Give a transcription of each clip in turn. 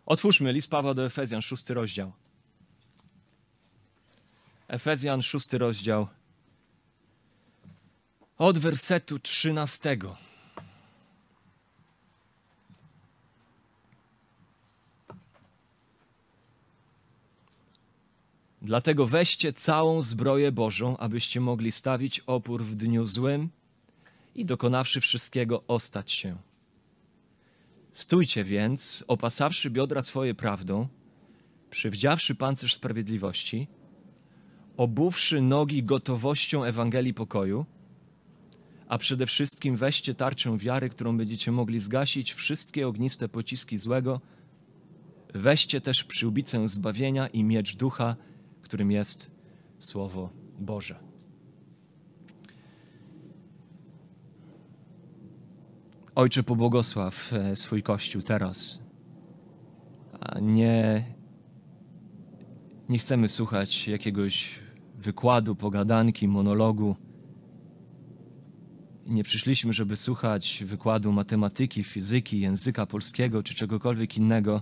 Otwórzmy list Pawła do Efezjan, 6 rozdział. Efezjan, 6 rozdział. Od wersetu 13. Dlatego weźcie całą zbroję Bożą, abyście mogli stawić opór w dniu złym i dokonawszy wszystkiego ostać się. Stójcie więc, opasawszy biodra swoje prawdą, przywdziawszy pancerz sprawiedliwości, obuwszy nogi gotowością Ewangelii pokoju, a przede wszystkim weźcie tarczę wiary, którą będziecie mogli zgasić wszystkie ogniste pociski złego. Weźcie też przyłbicę zbawienia i miecz ducha, którym jest Słowo Boże. Ojcze, pobłogosław swój Kościół teraz. Nie chcemy słuchać jakiegoś wykładu, pogadanki, monologu. Nie przyszliśmy, żeby słuchać wykładu matematyki, fizyki, języka polskiego czy czegokolwiek innego,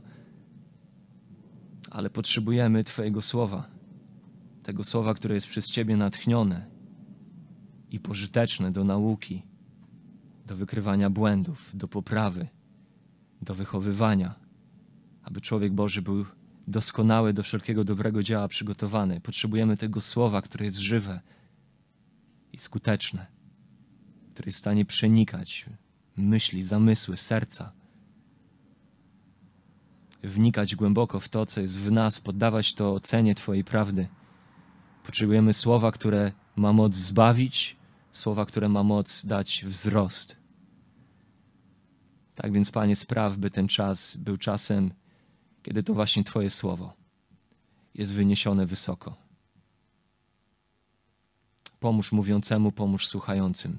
ale potrzebujemy Twojego Słowa. Tego Słowa, które jest przez Ciebie natchnione i pożyteczne do nauki, do wykrywania błędów, do poprawy, do wychowywania, aby człowiek Boży był doskonały do wszelkiego dobrego dzieła przygotowany. Potrzebujemy tego Słowa, które jest żywe i skuteczne, które jest w stanie przenikać myśli, zamysły, serca, wnikać głęboko w to, co jest w nas, poddawać to ocenie Twojej prawdy. Potrzebujemy Słowa, które ma moc zbawić, Słowa, które ma moc dać wzrost. Tak więc, Panie, spraw, by ten czas był czasem, kiedy to właśnie Twoje Słowo jest wyniesione wysoko. Pomóż mówiącemu, pomóż słuchającym,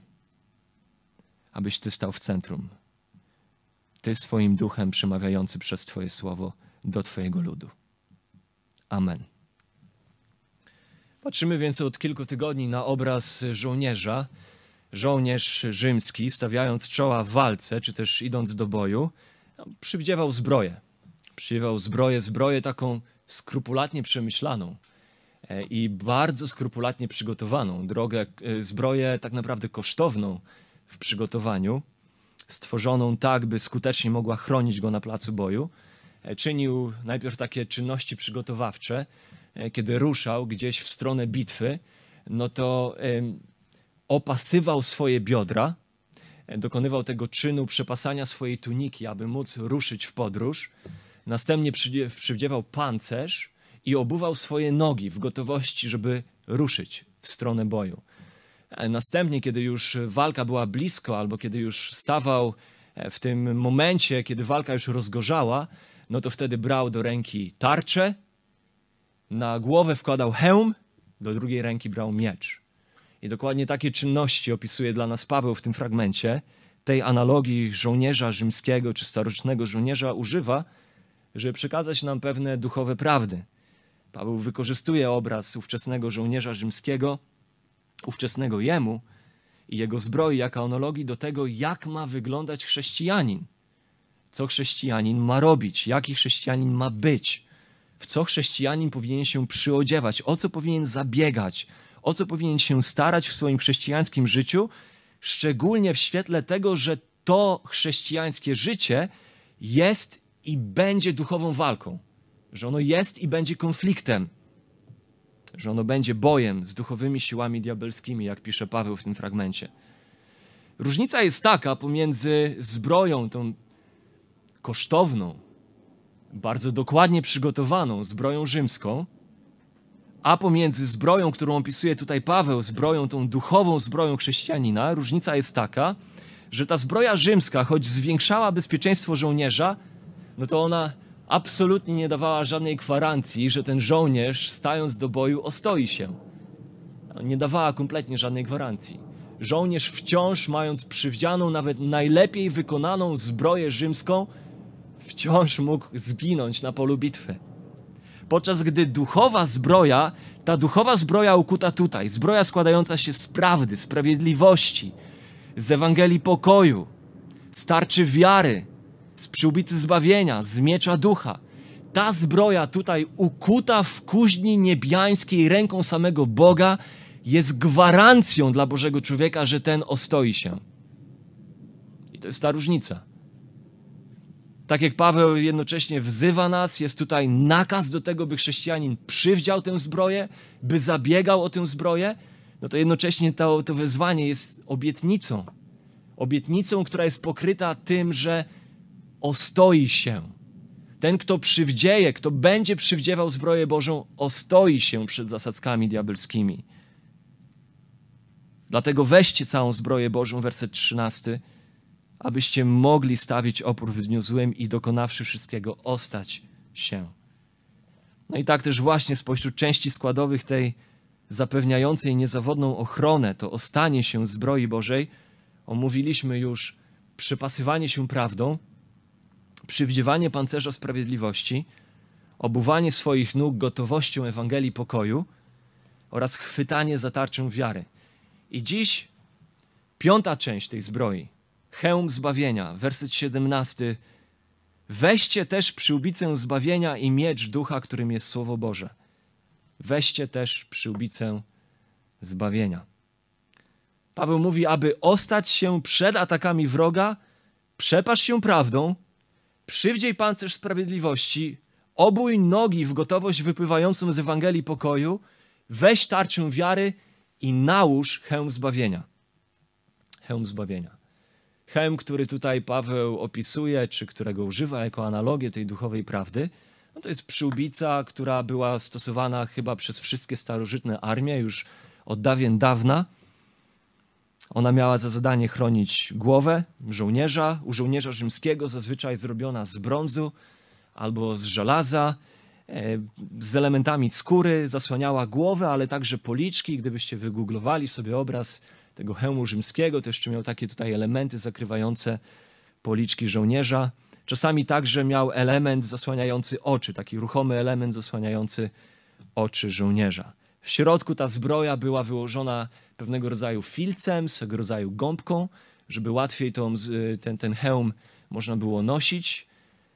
abyś Ty stał w centrum. Ty swoim duchem przemawiający przez Twoje Słowo do Twojego ludu. Amen. Patrzymy więc od kilku tygodni na obraz żołnierza. Żołnierz rzymski, stawiając czoła w walce, czy też idąc do boju, przywdziewał zbroję. Przywdziewał zbroję taką skrupulatnie przemyślaną i bardzo skrupulatnie przygotowaną. Zbroję tak naprawdę kosztowną w przygotowaniu, stworzoną tak, by skutecznie mogła chronić go na placu boju. Czynił najpierw takie czynności przygotowawcze. Kiedy ruszał gdzieś w stronę bitwy, no to opasywał swoje biodra, dokonywał tego czynu przepasania swojej tuniki, aby móc ruszyć w podróż. Następnie przywdziewał pancerz i obuwał swoje nogi w gotowości, żeby ruszyć w stronę boju. Następnie, kiedy już walka była blisko, albo kiedy już stawał w tym momencie, kiedy walka już rozgorzała, no to wtedy brał do ręki tarczę, na głowę wkładał hełm, do drugiej ręki brał miecz. I dokładnie takie czynności opisuje dla nas Paweł w tym fragmencie. Tej analogii żołnierza rzymskiego czy starożytnego żołnierza używa, żeby przekazać nam pewne duchowe prawdy. Paweł wykorzystuje obraz ówczesnego żołnierza rzymskiego, ówczesnego jemu i jego zbroi jako analogii do tego, jak ma wyglądać chrześcijanin. Co chrześcijanin ma robić, jaki chrześcijanin ma być. W co chrześcijanin powinien się przyodziewać, o co powinien zabiegać, o co powinien się starać w swoim chrześcijańskim życiu, szczególnie w świetle tego, że to chrześcijańskie życie jest i będzie duchową walką, że ono jest i będzie konfliktem, że ono będzie bojem z duchowymi siłami diabelskimi, jak pisze Paweł w tym fragmencie. Różnica jest taka pomiędzy zbroją tą kosztowną, bardzo dokładnie przygotowaną zbroją rzymską, a pomiędzy zbroją, którą opisuje tutaj Paweł, zbroją tą duchową zbroją chrześcijanina, różnica jest taka, że ta zbroja rzymska, choć zwiększała bezpieczeństwo żołnierza, no to ona absolutnie nie dawała żadnej gwarancji, że ten żołnierz, stając do boju, ostoi się. Nie dawała kompletnie żadnej gwarancji. Żołnierz wciąż, mając przywdzianą, nawet najlepiej wykonaną zbroję rzymską, wciąż mógł zginąć na polu bitwy. Podczas gdy duchowa zbroja, ta duchowa zbroja ukuta tutaj, zbroja składająca się z prawdy, sprawiedliwości, z Ewangelii pokoju, z tarczy wiary, z przyłbicy zbawienia, z miecza ducha, ta zbroja tutaj ukuta w kuźni niebiańskiej ręką samego Boga jest gwarancją dla Bożego człowieka, że ten ostoi się. I to jest ta różnica. Tak jak Paweł jednocześnie wzywa nas, jest tutaj nakaz do tego, by chrześcijanin przywdział tę zbroję, by zabiegał o tę zbroję, no to jednocześnie to wezwanie jest obietnicą. Obietnicą, która jest pokryta tym, że ostoi się. Ten, kto przywdzieje, kto będzie przywdziewał zbroję Bożą, ostoi się przed zasadzkami diabelskimi. Dlatego weźcie całą zbroję Bożą, werset 13, abyście mogli stawić opór w dniu złym i dokonawszy wszystkiego, ostać się. No i tak też właśnie spośród części składowych tej zapewniającej niezawodną ochronę, to ostanie się zbroi Bożej, omówiliśmy już przypasywanie się prawdą, przywdziewanie pancerza sprawiedliwości, obuwanie swoich nóg gotowością Ewangelii pokoju oraz chwytanie za tarczę wiary. I dziś 5. część tej zbroi, hełm zbawienia, werset 17. Weźcie też przyłbicę zbawienia i miecz ducha, którym jest Słowo Boże. Weźcie też przyłbicę zbawienia. Paweł mówi, aby ostać się przed atakami wroga, przepasz się prawdą, przywdziej pancerz sprawiedliwości, obój nogi w gotowość wypływającą z Ewangelii pokoju, weź tarczę wiary i nałóż hełm zbawienia. Hełm zbawienia. Hełm, który tutaj Paweł opisuje, czy którego używa jako analogię tej duchowej prawdy, no to jest przyłbica, która była stosowana chyba przez wszystkie starożytne armie już od dawien dawna. Ona miała za zadanie chronić głowę żołnierza. U żołnierza rzymskiego zazwyczaj zrobiona z brązu albo z żelaza, z elementami skóry, zasłaniała głowę, ale także policzki. Gdybyście wygooglowali sobie obraz tego hełmu rzymskiego, to jeszcze miał takie tutaj elementy zakrywające policzki żołnierza. Czasami także miał element zasłaniający oczy, taki ruchomy element zasłaniający oczy żołnierza. W środku ta zbroja była wyłożona pewnego rodzaju filcem, swego rodzaju gąbką, żeby łatwiej ten hełm można było nosić.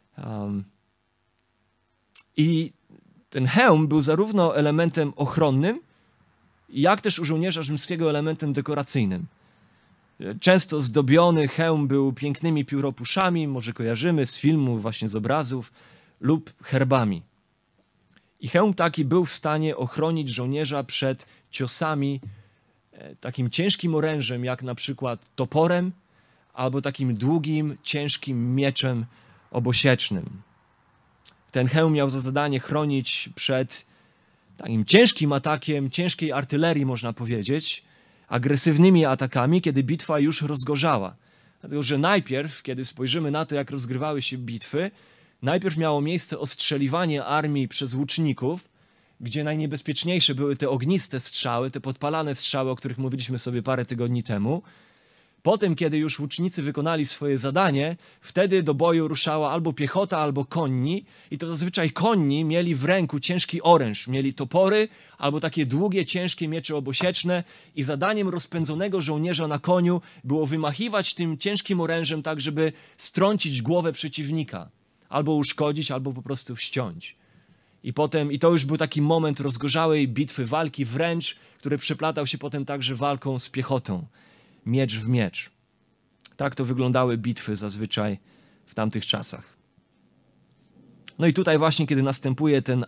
I ten hełm był zarówno elementem ochronnym, jak też u żołnierza rzymskiego elementem dekoracyjnym. Często zdobiony hełm był pięknymi pióropuszami, może kojarzymy z filmów, właśnie z obrazów, lub herbami. I hełm taki był w stanie ochronić żołnierza przed ciosami takim ciężkim orężem, jak na przykład toporem, albo takim długim, ciężkim mieczem obosiecznym. Ten hełm miał za zadanie chronić przed takim ciężkim atakiem, ciężkiej artylerii, można powiedzieć, agresywnymi atakami, kiedy bitwa już rozgorzała. Dlatego, że najpierw, kiedy spojrzymy na to, jak rozgrywały się bitwy, najpierw miało miejsce ostrzeliwanie armii przez łuczników, gdzie najniebezpieczniejsze były te ogniste strzały, te podpalane strzały, o których mówiliśmy sobie parę tygodni temu. Potem, kiedy już łucznicy wykonali swoje zadanie, wtedy do boju ruszała albo piechota, albo konni. I to zazwyczaj konni mieli w ręku ciężki oręż. Mieli topory albo takie długie, ciężkie miecze obosieczne. I zadaniem rozpędzonego żołnierza na koniu było wymachiwać tym ciężkim orężem tak, żeby strącić głowę przeciwnika. Albo uszkodzić, albo po prostu ściąć. I to już był taki moment rozgorzałej bitwy, walki wręcz, który przeplatał się potem także walką z piechotą. Miecz w miecz. Tak to wyglądały bitwy zazwyczaj w tamtych czasach. No i tutaj właśnie, kiedy następuje ten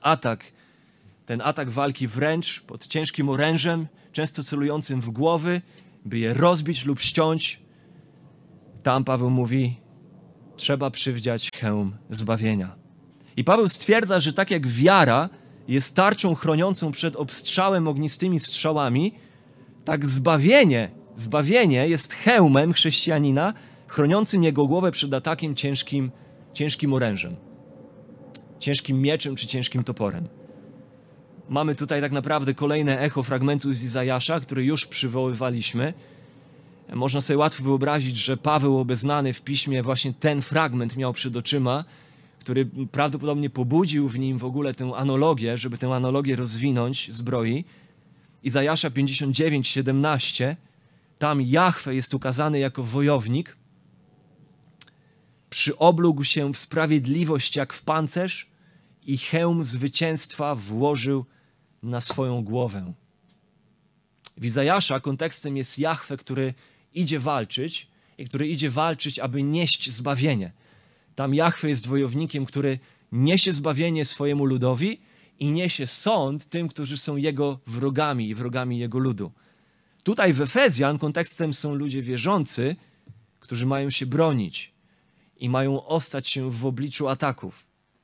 atak walki wręcz pod ciężkim orężem, często celującym w głowy, by je rozbić lub ściąć, tam Paweł mówi, trzeba przywdziać hełm zbawienia. I Paweł stwierdza, że tak jak wiara jest tarczą chroniącą przed obstrzałem ognistymi strzałami, tak zbawienie jest hełmem chrześcijanina chroniącym jego głowę przed atakiem ciężkim orężem, ciężkim mieczem czy ciężkim toporem. Mamy tutaj tak naprawdę kolejne echo fragmentu z Izajasza, który już przywoływaliśmy. Można sobie łatwo wyobrazić, że Paweł obeznany w piśmie właśnie ten fragment miał przed oczyma, który prawdopodobnie pobudził w nim w ogóle tę analogię, żeby tę analogię rozwinąć zbroi. Izajasza 59:17, tam Jahwe jest ukazany jako wojownik. Przyoblógł się w sprawiedliwość jak w pancerz i hełm zwycięstwa włożył na swoją głowę. W Izajasza kontekstem jest Jahwe, który idzie walczyć i który idzie walczyć, aby nieść zbawienie. Tam Jahwe jest wojownikiem, który niesie zbawienie swojemu ludowi i niesie sąd tym, którzy są jego wrogami i wrogami jego ludu. Tutaj w Efezjan kontekstem są ludzie wierzący, którzy mają się bronić i mają ostać się w obliczu ataków.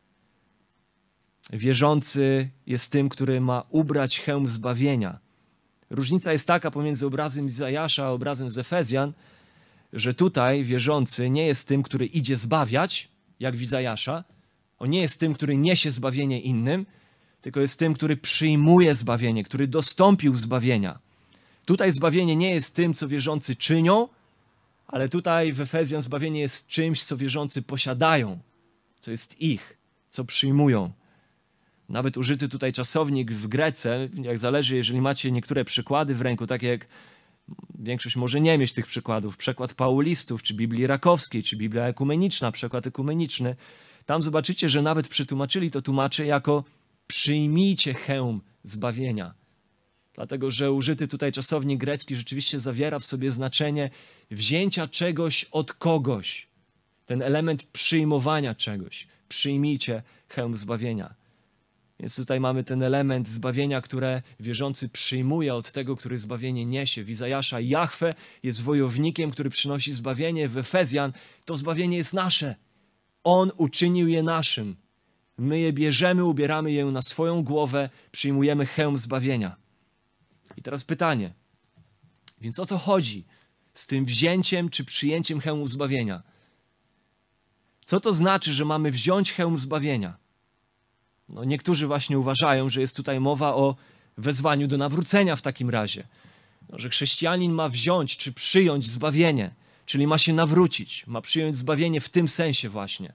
Wierzący jest tym, który ma ubrać hełm zbawienia. Różnica jest taka pomiędzy obrazem Izajasza a obrazem z Efezjan, że tutaj wierzący nie jest tym, który idzie zbawiać, jak w Izajasza. On nie jest tym, który niesie zbawienie innym, tylko jest tym, który przyjmuje zbawienie, który dostąpił zbawienia. Tutaj zbawienie nie jest tym, co wierzący czynią, ale tutaj w Efezjan zbawienie jest czymś, co wierzący posiadają, co jest ich, co przyjmują. Nawet użyty tutaj czasownik w Grece, jak zależy, jeżeli macie niektóre przykłady w ręku, takie jak większość może nie mieć tych przykładów, przekład Paulistów, czy Biblii Rakowskiej, czy Biblia Ekumeniczna, przekład ekumeniczny, tam zobaczycie, że nawet przetłumaczyli to tłumacze jako przyjmijcie hełm zbawienia. Dlatego, że użyty tutaj czasownik grecki rzeczywiście zawiera w sobie znaczenie wzięcia czegoś od kogoś. Ten element przyjmowania czegoś. Przyjmijcie hełm zbawienia. Więc tutaj mamy ten element zbawienia, które wierzący przyjmuje od tego, który zbawienie niesie. W Izajasza Jahwe jest wojownikiem, który przynosi zbawienie. W Efezjan to zbawienie jest nasze. On uczynił je naszym. My je bierzemy, ubieramy je na swoją głowę, przyjmujemy hełm zbawienia. I teraz pytanie. Więc o co chodzi z tym wzięciem czy przyjęciem hełmu zbawienia? Co to znaczy, że mamy wziąć hełm zbawienia? No, niektórzy właśnie uważają, że jest tutaj mowa o wezwaniu do nawrócenia w takim razie. No, że chrześcijanin ma wziąć czy przyjąć zbawienie, czyli ma się nawrócić, ma przyjąć zbawienie w tym sensie właśnie.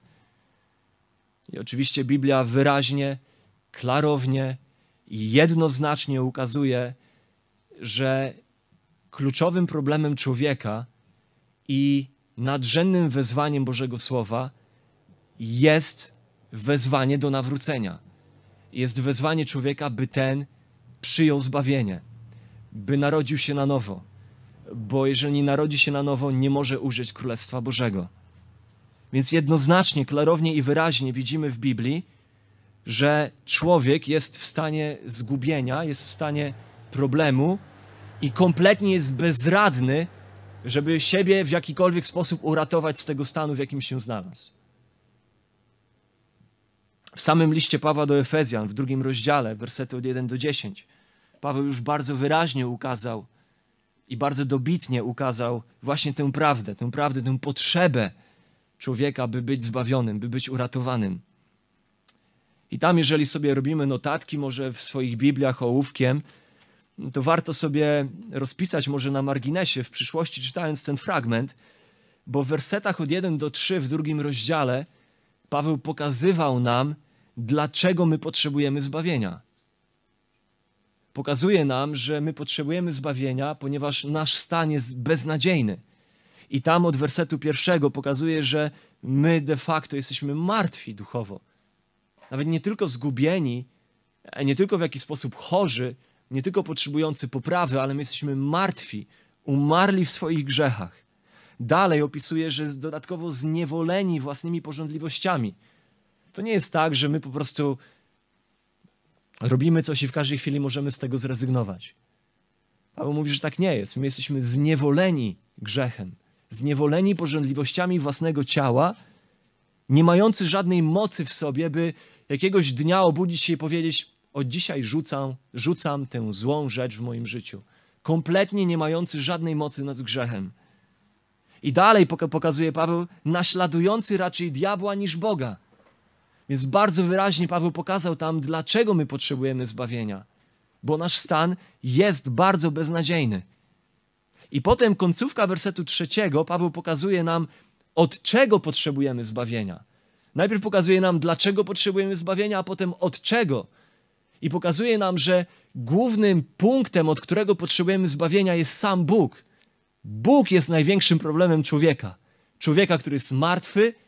I oczywiście Biblia wyraźnie, klarownie i jednoznacznie ukazuje, że kluczowym problemem człowieka i nadrzędnym wezwaniem Bożego Słowa jest wezwanie do nawrócenia. Jest wezwanie człowieka, by ten przyjął zbawienie, by narodził się na nowo. Bo jeżeli nie narodzi się na nowo, nie może ujrzeć Królestwa Bożego. Więc jednoznacznie, klarownie i wyraźnie widzimy w Biblii, że człowiek jest w stanie zgubienia, jest w stanie problemu i kompletnie jest bezradny, żeby siebie w jakikolwiek sposób uratować z tego stanu, w jakim się znalazł. W samym liście Pawła do Efezjan, w 2 rozdziale, wersety od 1 do 10, Paweł już bardzo wyraźnie ukazał i bardzo dobitnie ukazał właśnie tę prawdę, tę potrzebę człowieka, by być zbawionym, by być uratowanym. I tam, jeżeli sobie robimy notatki, może w swoich Bibliach ołówkiem, to warto sobie rozpisać może na marginesie w przyszłości, czytając ten fragment, bo w wersetach od 1 do 3 w 2 rozdziale Paweł pokazywał nam, dlaczego my potrzebujemy zbawienia. Pokazuje nam, że my potrzebujemy zbawienia, ponieważ nasz stan jest beznadziejny. I tam od wersetu 1 pokazuje, że my de facto jesteśmy martwi duchowo. Nawet nie tylko zgubieni, nie tylko w jakiś sposób chorzy, nie tylko potrzebujący poprawy, ale my jesteśmy martwi, umarli w swoich grzechach. Dalej opisuje, że jest dodatkowo zniewoleni własnymi pożądliwościami. To nie jest tak, że my po prostu robimy coś i w każdej chwili możemy z tego zrezygnować. Paweł mówi, że tak nie jest. My jesteśmy zniewoleni grzechem, zniewoleni pożądliwościami własnego ciała, nie mający żadnej mocy w sobie, by jakiegoś dnia obudzić się i powiedzieć: od dzisiaj rzucam tę złą rzecz w moim życiu. Kompletnie nie mający żadnej mocy nad grzechem. I dalej pokazuje Paweł, naśladujący raczej diabła niż Boga. Więc bardzo wyraźnie Paweł pokazał tam, dlaczego my potrzebujemy zbawienia. Bo nasz stan jest bardzo beznadziejny. I potem końcówka wersetu 3 Paweł pokazuje nam, od czego potrzebujemy zbawienia. Najpierw pokazuje nam, dlaczego potrzebujemy zbawienia, a potem od czego. I pokazuje nam, że głównym punktem, od którego potrzebujemy zbawienia, jest sam Bóg. Bóg jest największym problemem człowieka. Człowieka, który jest martwy,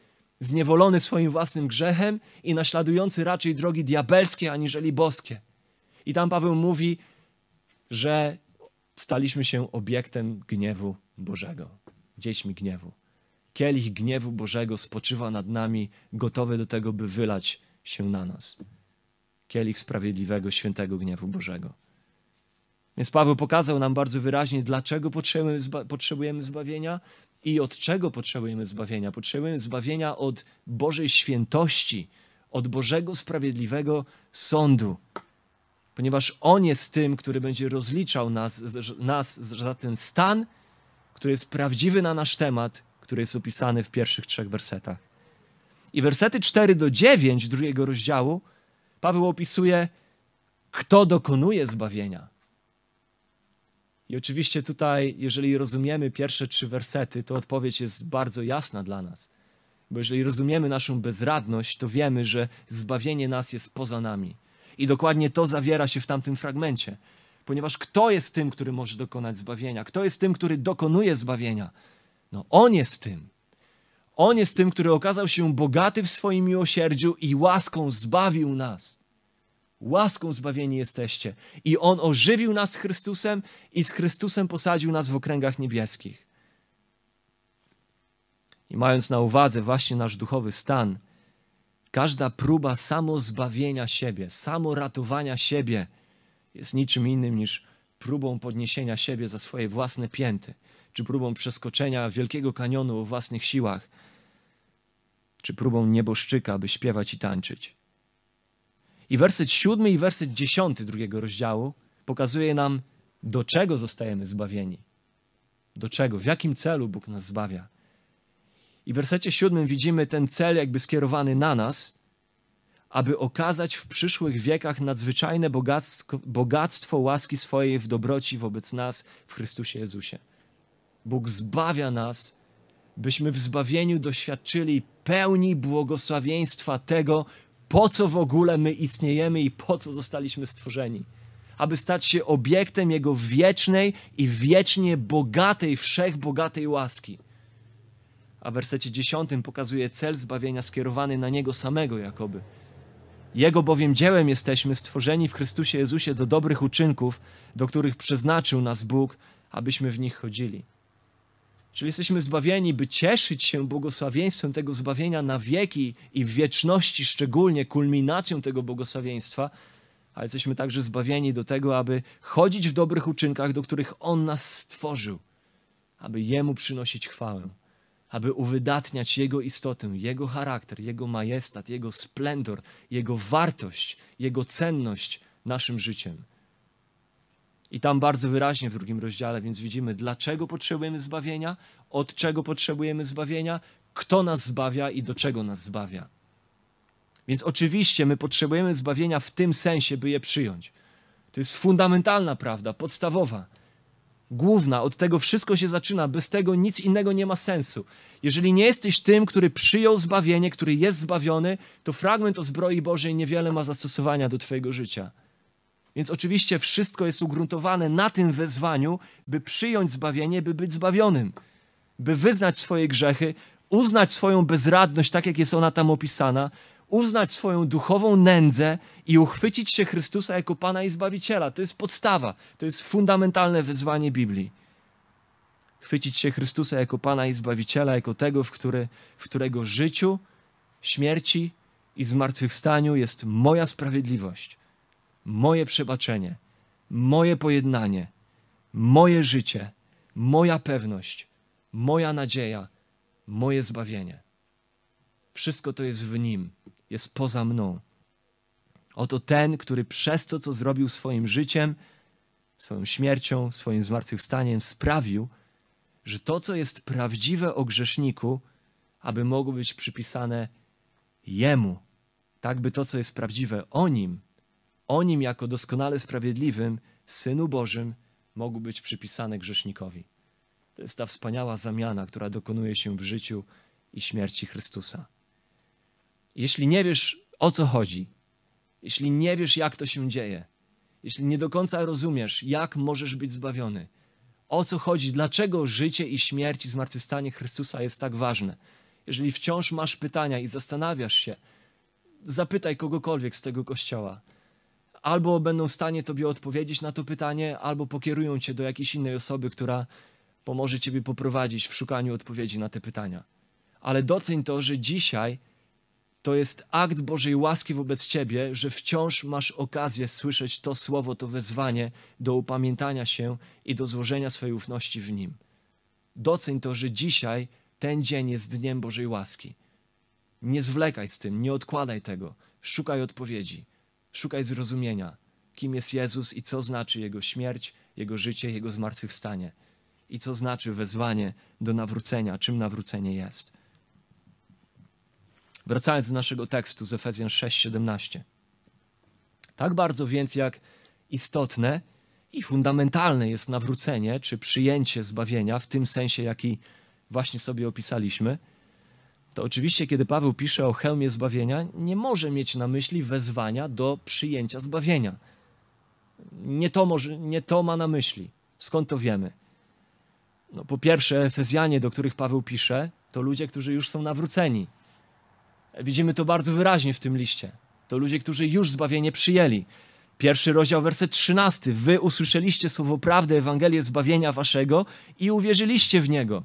zniewolony swoim własnym grzechem i naśladujący raczej drogi diabelskie aniżeli boskie. I tam Paweł mówi, że staliśmy się obiektem gniewu Bożego, dziećmi gniewu. Kielich gniewu Bożego spoczywa nad nami, gotowy do tego, by wylać się na nas. Kielich sprawiedliwego, świętego gniewu Bożego. Więc Paweł pokazał nam bardzo wyraźnie, dlaczego potrzebujemy zbawienia i od czego potrzebujemy zbawienia. Potrzebujemy zbawienia od Bożej świętości, od Bożego sprawiedliwego sądu. Ponieważ On jest tym, który będzie rozliczał nas za ten stan, który jest prawdziwy na nasz temat, który jest opisany w pierwszych 3 wersetach. I wersety 4 do 9 drugiego rozdziału Paweł opisuje, kto dokonuje zbawienia. I oczywiście tutaj, jeżeli rozumiemy pierwsze 3 wersety, to odpowiedź jest bardzo jasna dla nas. Bo jeżeli rozumiemy naszą bezradność, to wiemy, że zbawienie nas jest poza nami. I dokładnie to zawiera się w tamtym fragmencie. Ponieważ kto jest tym, który może dokonać zbawienia? Kto jest tym, który dokonuje zbawienia? No On jest tym. On jest tym, który okazał się bogaty w swoim miłosierdziu i łaską zbawił nas. Łaską zbawieni jesteście. I On ożywił nas z Chrystusem i z Chrystusem posadził nas w okręgach niebieskich. I mając na uwadze właśnie nasz duchowy stan, każda próba samozbawienia siebie, samoratowania siebie jest niczym innym niż próbą podniesienia siebie za swoje własne pięty, czy próbą przeskoczenia wielkiego kanionu o własnych siłach, czy próbą nieboszczyka, by śpiewać i tańczyć. I werset 7 i werset 10 drugiego rozdziału pokazuje nam, do czego zostajemy zbawieni. Do czego, w jakim celu Bóg nas zbawia. I w wersecie 7 widzimy ten cel jakby skierowany na nas, aby okazać w przyszłych wiekach nadzwyczajne bogactwo łaski swojej w dobroci wobec nas w Chrystusie Jezusie. Bóg zbawia nas, byśmy w zbawieniu doświadczyli pełni błogosławieństwa tego, po co w ogóle my istniejemy i po co zostaliśmy stworzeni. Aby stać się obiektem Jego wiecznej i wiecznie bogatej, wszechbogatej łaski. A w wersecie 10 pokazuje cel zbawienia skierowany na Niego samego jakoby. Jego bowiem dziełem jesteśmy stworzeni w Chrystusie Jezusie do dobrych uczynków, do których przeznaczył nas Bóg, abyśmy w nich chodzili. Czyli jesteśmy zbawieni, by cieszyć się błogosławieństwem tego zbawienia na wieki i w wieczności, szczególnie kulminacją tego błogosławieństwa, ale jesteśmy także zbawieni do tego, aby chodzić w dobrych uczynkach, do których On nas stworzył, aby Jemu przynosić chwałę, aby uwydatniać Jego istotę, Jego charakter, Jego majestat, Jego splendor, Jego wartość, Jego cenność naszym życiem. I tam bardzo wyraźnie w 2 rozdziale, więc widzimy, dlaczego potrzebujemy zbawienia, od czego potrzebujemy zbawienia, kto nas zbawia i do czego nas zbawia. Więc oczywiście my potrzebujemy zbawienia w tym sensie, by je przyjąć. To jest fundamentalna prawda, podstawowa, główna. Od tego wszystko się zaczyna. Bez tego nic innego nie ma sensu. Jeżeli nie jesteś tym, który przyjął zbawienie, który jest zbawiony, to fragment o zbroi Bożej niewiele ma zastosowania do twojego życia. Więc oczywiście wszystko jest ugruntowane na tym wezwaniu, by przyjąć zbawienie, by być zbawionym, by wyznać swoje grzechy, uznać swoją bezradność, tak jak jest ona tam opisana, uznać swoją duchową nędzę i uchwycić się Chrystusa jako Pana i Zbawiciela. To jest podstawa, to jest fundamentalne wezwanie Biblii. Chwycić się Chrystusa jako Pana i Zbawiciela, jako tego, w którego życiu, śmierci i zmartwychwstaniu jest moja sprawiedliwość, moje przebaczenie, moje pojednanie, moje życie, moja pewność, moja nadzieja, moje zbawienie. Wszystko to jest w Nim, jest poza mną. Oto ten, który przez to, co zrobił swoim życiem, swoją śmiercią, swoim zmartwychwstaniem, sprawił, że to, co jest prawdziwe o grzeszniku, aby mogło być przypisane Jemu, tak by to, co jest prawdziwe o Nim jako doskonale sprawiedliwym, Synu Bożym, mogło być przypisane grzesznikowi. To jest ta wspaniała zamiana, która dokonuje się w życiu i śmierci Chrystusa. Jeśli nie wiesz, o co chodzi, jeśli nie wiesz, jak to się dzieje, jeśli nie do końca rozumiesz, jak możesz być zbawiony, o co chodzi, dlaczego życie i śmierć i zmartwychwstanie Chrystusa jest tak ważne, Jeżeli wciąż masz pytania i zastanawiasz się, zapytaj kogokolwiek z tego kościoła. Albo będą w stanie tobie odpowiedzieć na to pytanie, albo pokierują cię do jakiejś innej osoby, która pomoże ciebie poprowadzić w szukaniu odpowiedzi na te pytania. Ale doceń to, że dzisiaj to jest akt Bożej łaski wobec ciebie, że wciąż masz okazję słyszeć to słowo, to wezwanie do upamiętania się i do złożenia swojej ufności w Nim. Doceń to, że dzisiaj ten dzień jest dniem Bożej łaski. Nie zwlekaj z tym, nie odkładaj tego. Szukaj odpowiedzi, szukaj zrozumienia, kim jest Jezus i co znaczy Jego śmierć, Jego życie, Jego zmartwychwstanie. I co znaczy wezwanie do nawrócenia, czym nawrócenie jest. Wracając do naszego tekstu z Efezjan 6:17. Tak bardzo więc jak istotne i fundamentalne jest nawrócenie, czy przyjęcie zbawienia w tym sensie, jaki właśnie sobie opisaliśmy, to oczywiście, kiedy Paweł pisze o hełmie zbawienia, nie może mieć na myśli wezwania do przyjęcia zbawienia. Nie to ma na myśli. Skąd to wiemy? No, po pierwsze, Efezjanie, do których Paweł pisze, to ludzie, którzy już są nawróceni. Widzimy to bardzo wyraźnie w tym liście. To ludzie, którzy już zbawienie przyjęli. 1 rozdział, werset 13. Wy usłyszeliście słowo prawdy, Ewangelię zbawienia waszego i uwierzyliście w niego.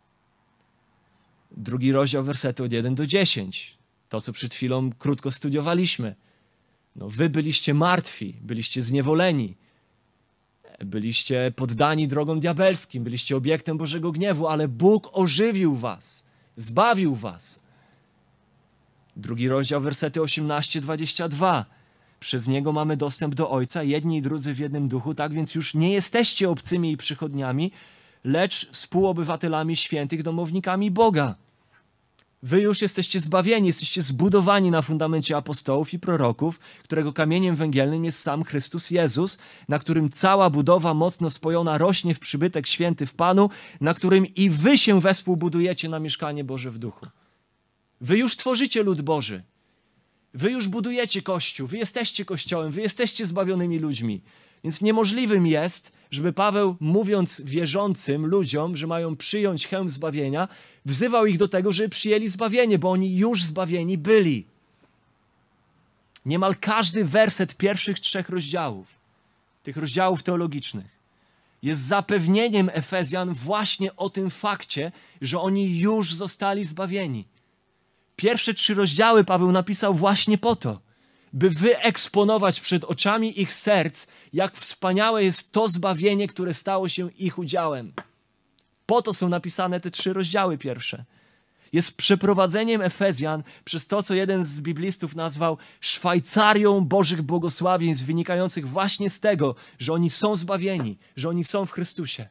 2 rozdział, wersety od 1 do 10. To, co przed chwilą krótko studiowaliśmy. No, wy byliście martwi, byliście zniewoleni, byliście poddani drogom diabelskim, byliście obiektem Bożego gniewu, ale Bóg ożywił was, zbawił was. 2 rozdział, wersety 18-22. Przez Niego mamy dostęp do Ojca, jedni i drudzy w jednym duchu, tak więc już nie jesteście obcymi i przychodniami, lecz współobywatelami świętych, domownikami Boga. Wy już jesteście zbawieni, jesteście zbudowani na fundamencie apostołów i proroków, którego kamieniem węgielnym jest sam Chrystus Jezus, na którym cała budowa mocno spojona rośnie w przybytek święty w Panu, na którym i wy się wespół budujecie na mieszkanie Boże w duchu. Wy już tworzycie lud Boży. Wy już budujecie Kościół, wy jesteście Kościołem, wy jesteście zbawionymi ludźmi. Więc niemożliwym jest, żeby Paweł, mówiąc wierzącym ludziom, że mają przyjąć hełm zbawienia, wzywał ich do tego, żeby przyjęli zbawienie, bo oni już zbawieni byli. Niemal każdy werset pierwszych 3 rozdziałów, tych rozdziałów teologicznych, jest zapewnieniem Efezjan właśnie o tym fakcie, że oni już zostali zbawieni. Pierwsze 3 rozdziały Paweł napisał właśnie po to, by wyeksponować przed oczami ich serc, jak wspaniałe jest to zbawienie, które stało się ich udziałem. Po to są napisane te 3 rozdziały pierwsze. Jest przeprowadzeniem Efezjan przez to, co jeden z biblistów nazwał Szwajcarią Bożych błogosławieństw, wynikających właśnie z tego, że oni są zbawieni, że oni są w Chrystusie.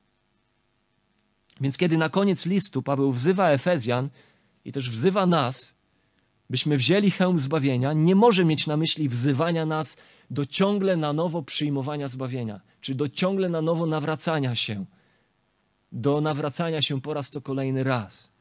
Więc kiedy na koniec listu Paweł wzywa Efezjan i też wzywa nas, byśmy wzięli hełm zbawienia, nie może mieć na myśli wzywania nas do ciągle na nowo przyjmowania zbawienia, czy do ciągle na nowo nawracania się, do nawracania się po raz to kolejny raz.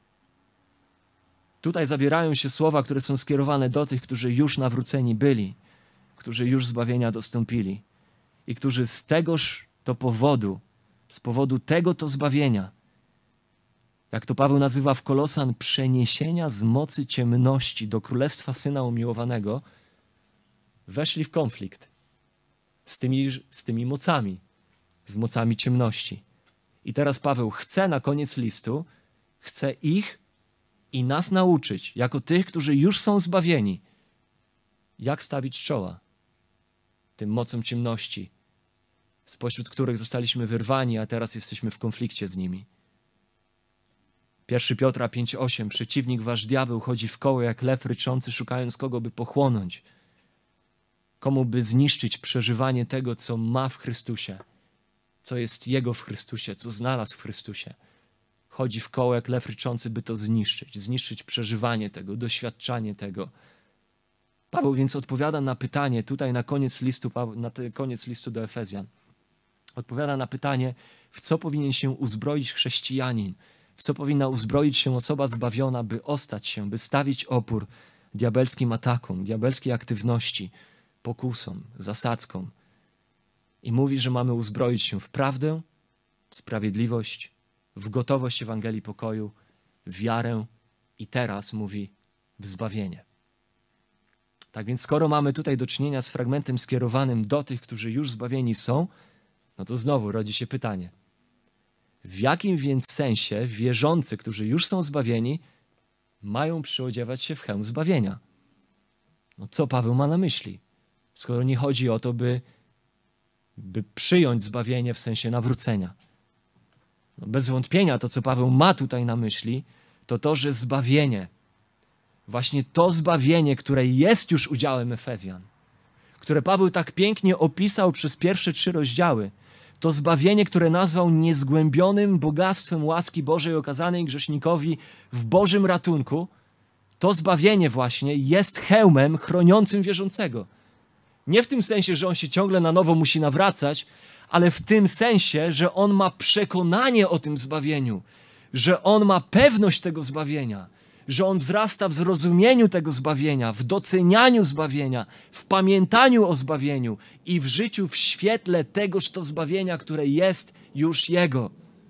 Tutaj zawierają się słowa, które są skierowane do tych, którzy już nawróceni byli, którzy już zbawienia dostąpili i którzy z tegoż to powodu, z powodu tego to zbawienia, jak to Paweł nazywa w Kolosan, przeniesienia z mocy ciemności do królestwa Syna umiłowanego, weszli w konflikt z tymi mocami, z mocami ciemności. I teraz Paweł chce na koniec listu, chce ich i nas nauczyć, jako tych, którzy już są zbawieni, jak stawić czoła tym mocom ciemności, spośród których zostaliśmy wyrwani, a teraz jesteśmy w konflikcie z nimi. 1 Piotra 5,8. Przeciwnik wasz diabeł chodzi w koło jak lew ryczący, szukając kogo by pochłonąć. Komu by zniszczyć przeżywanie tego, co ma w Chrystusie, co jest Jego w Chrystusie, co znalazł w Chrystusie. Chodzi w koło jak lew ryczący, by to zniszczyć przeżywanie tego, doświadczanie tego. Paweł więc odpowiada na pytanie, tutaj na koniec listu do Efezjan, odpowiada na pytanie, w co powinien się uzbroić chrześcijanin, w co powinna uzbroić się osoba zbawiona, by ostać się, by stawić opór diabelskim atakom, diabelskiej aktywności, pokusom, zasadzkom. I mówi, że mamy uzbroić się w prawdę, w sprawiedliwość, w gotowość Ewangelii pokoju w wiarę i teraz mówi w zbawienie. Tak więc skoro mamy tutaj do czynienia z fragmentem skierowanym do tych, którzy już zbawieni są, no to znowu rodzi się pytanie. W jakim więc sensie wierzący, którzy już są zbawieni, mają przyodziewać się w hełm zbawienia? No co Paweł ma na myśli? Skoro nie chodzi o to, by przyjąć zbawienie w sensie nawrócenia. No bez wątpienia to, co Paweł ma tutaj na myśli, to to, że zbawienie, właśnie to zbawienie, które jest już udziałem Efezjan, które Paweł tak pięknie opisał przez pierwsze 3 rozdziały, to zbawienie, które nazwał niezgłębionym bogactwem łaski Bożej okazanej grzesznikowi w Bożym ratunku, to zbawienie właśnie jest hełmem chroniącym wierzącego. Nie w tym sensie, że on się ciągle na nowo musi nawracać, ale w tym sensie, że on ma przekonanie o tym zbawieniu, że on ma pewność tego zbawienia, że on wzrasta w zrozumieniu tego zbawienia, w docenianiu zbawienia, w pamiętaniu o zbawieniu i w życiu w świetle tegoż to zbawienia, które jest już jego.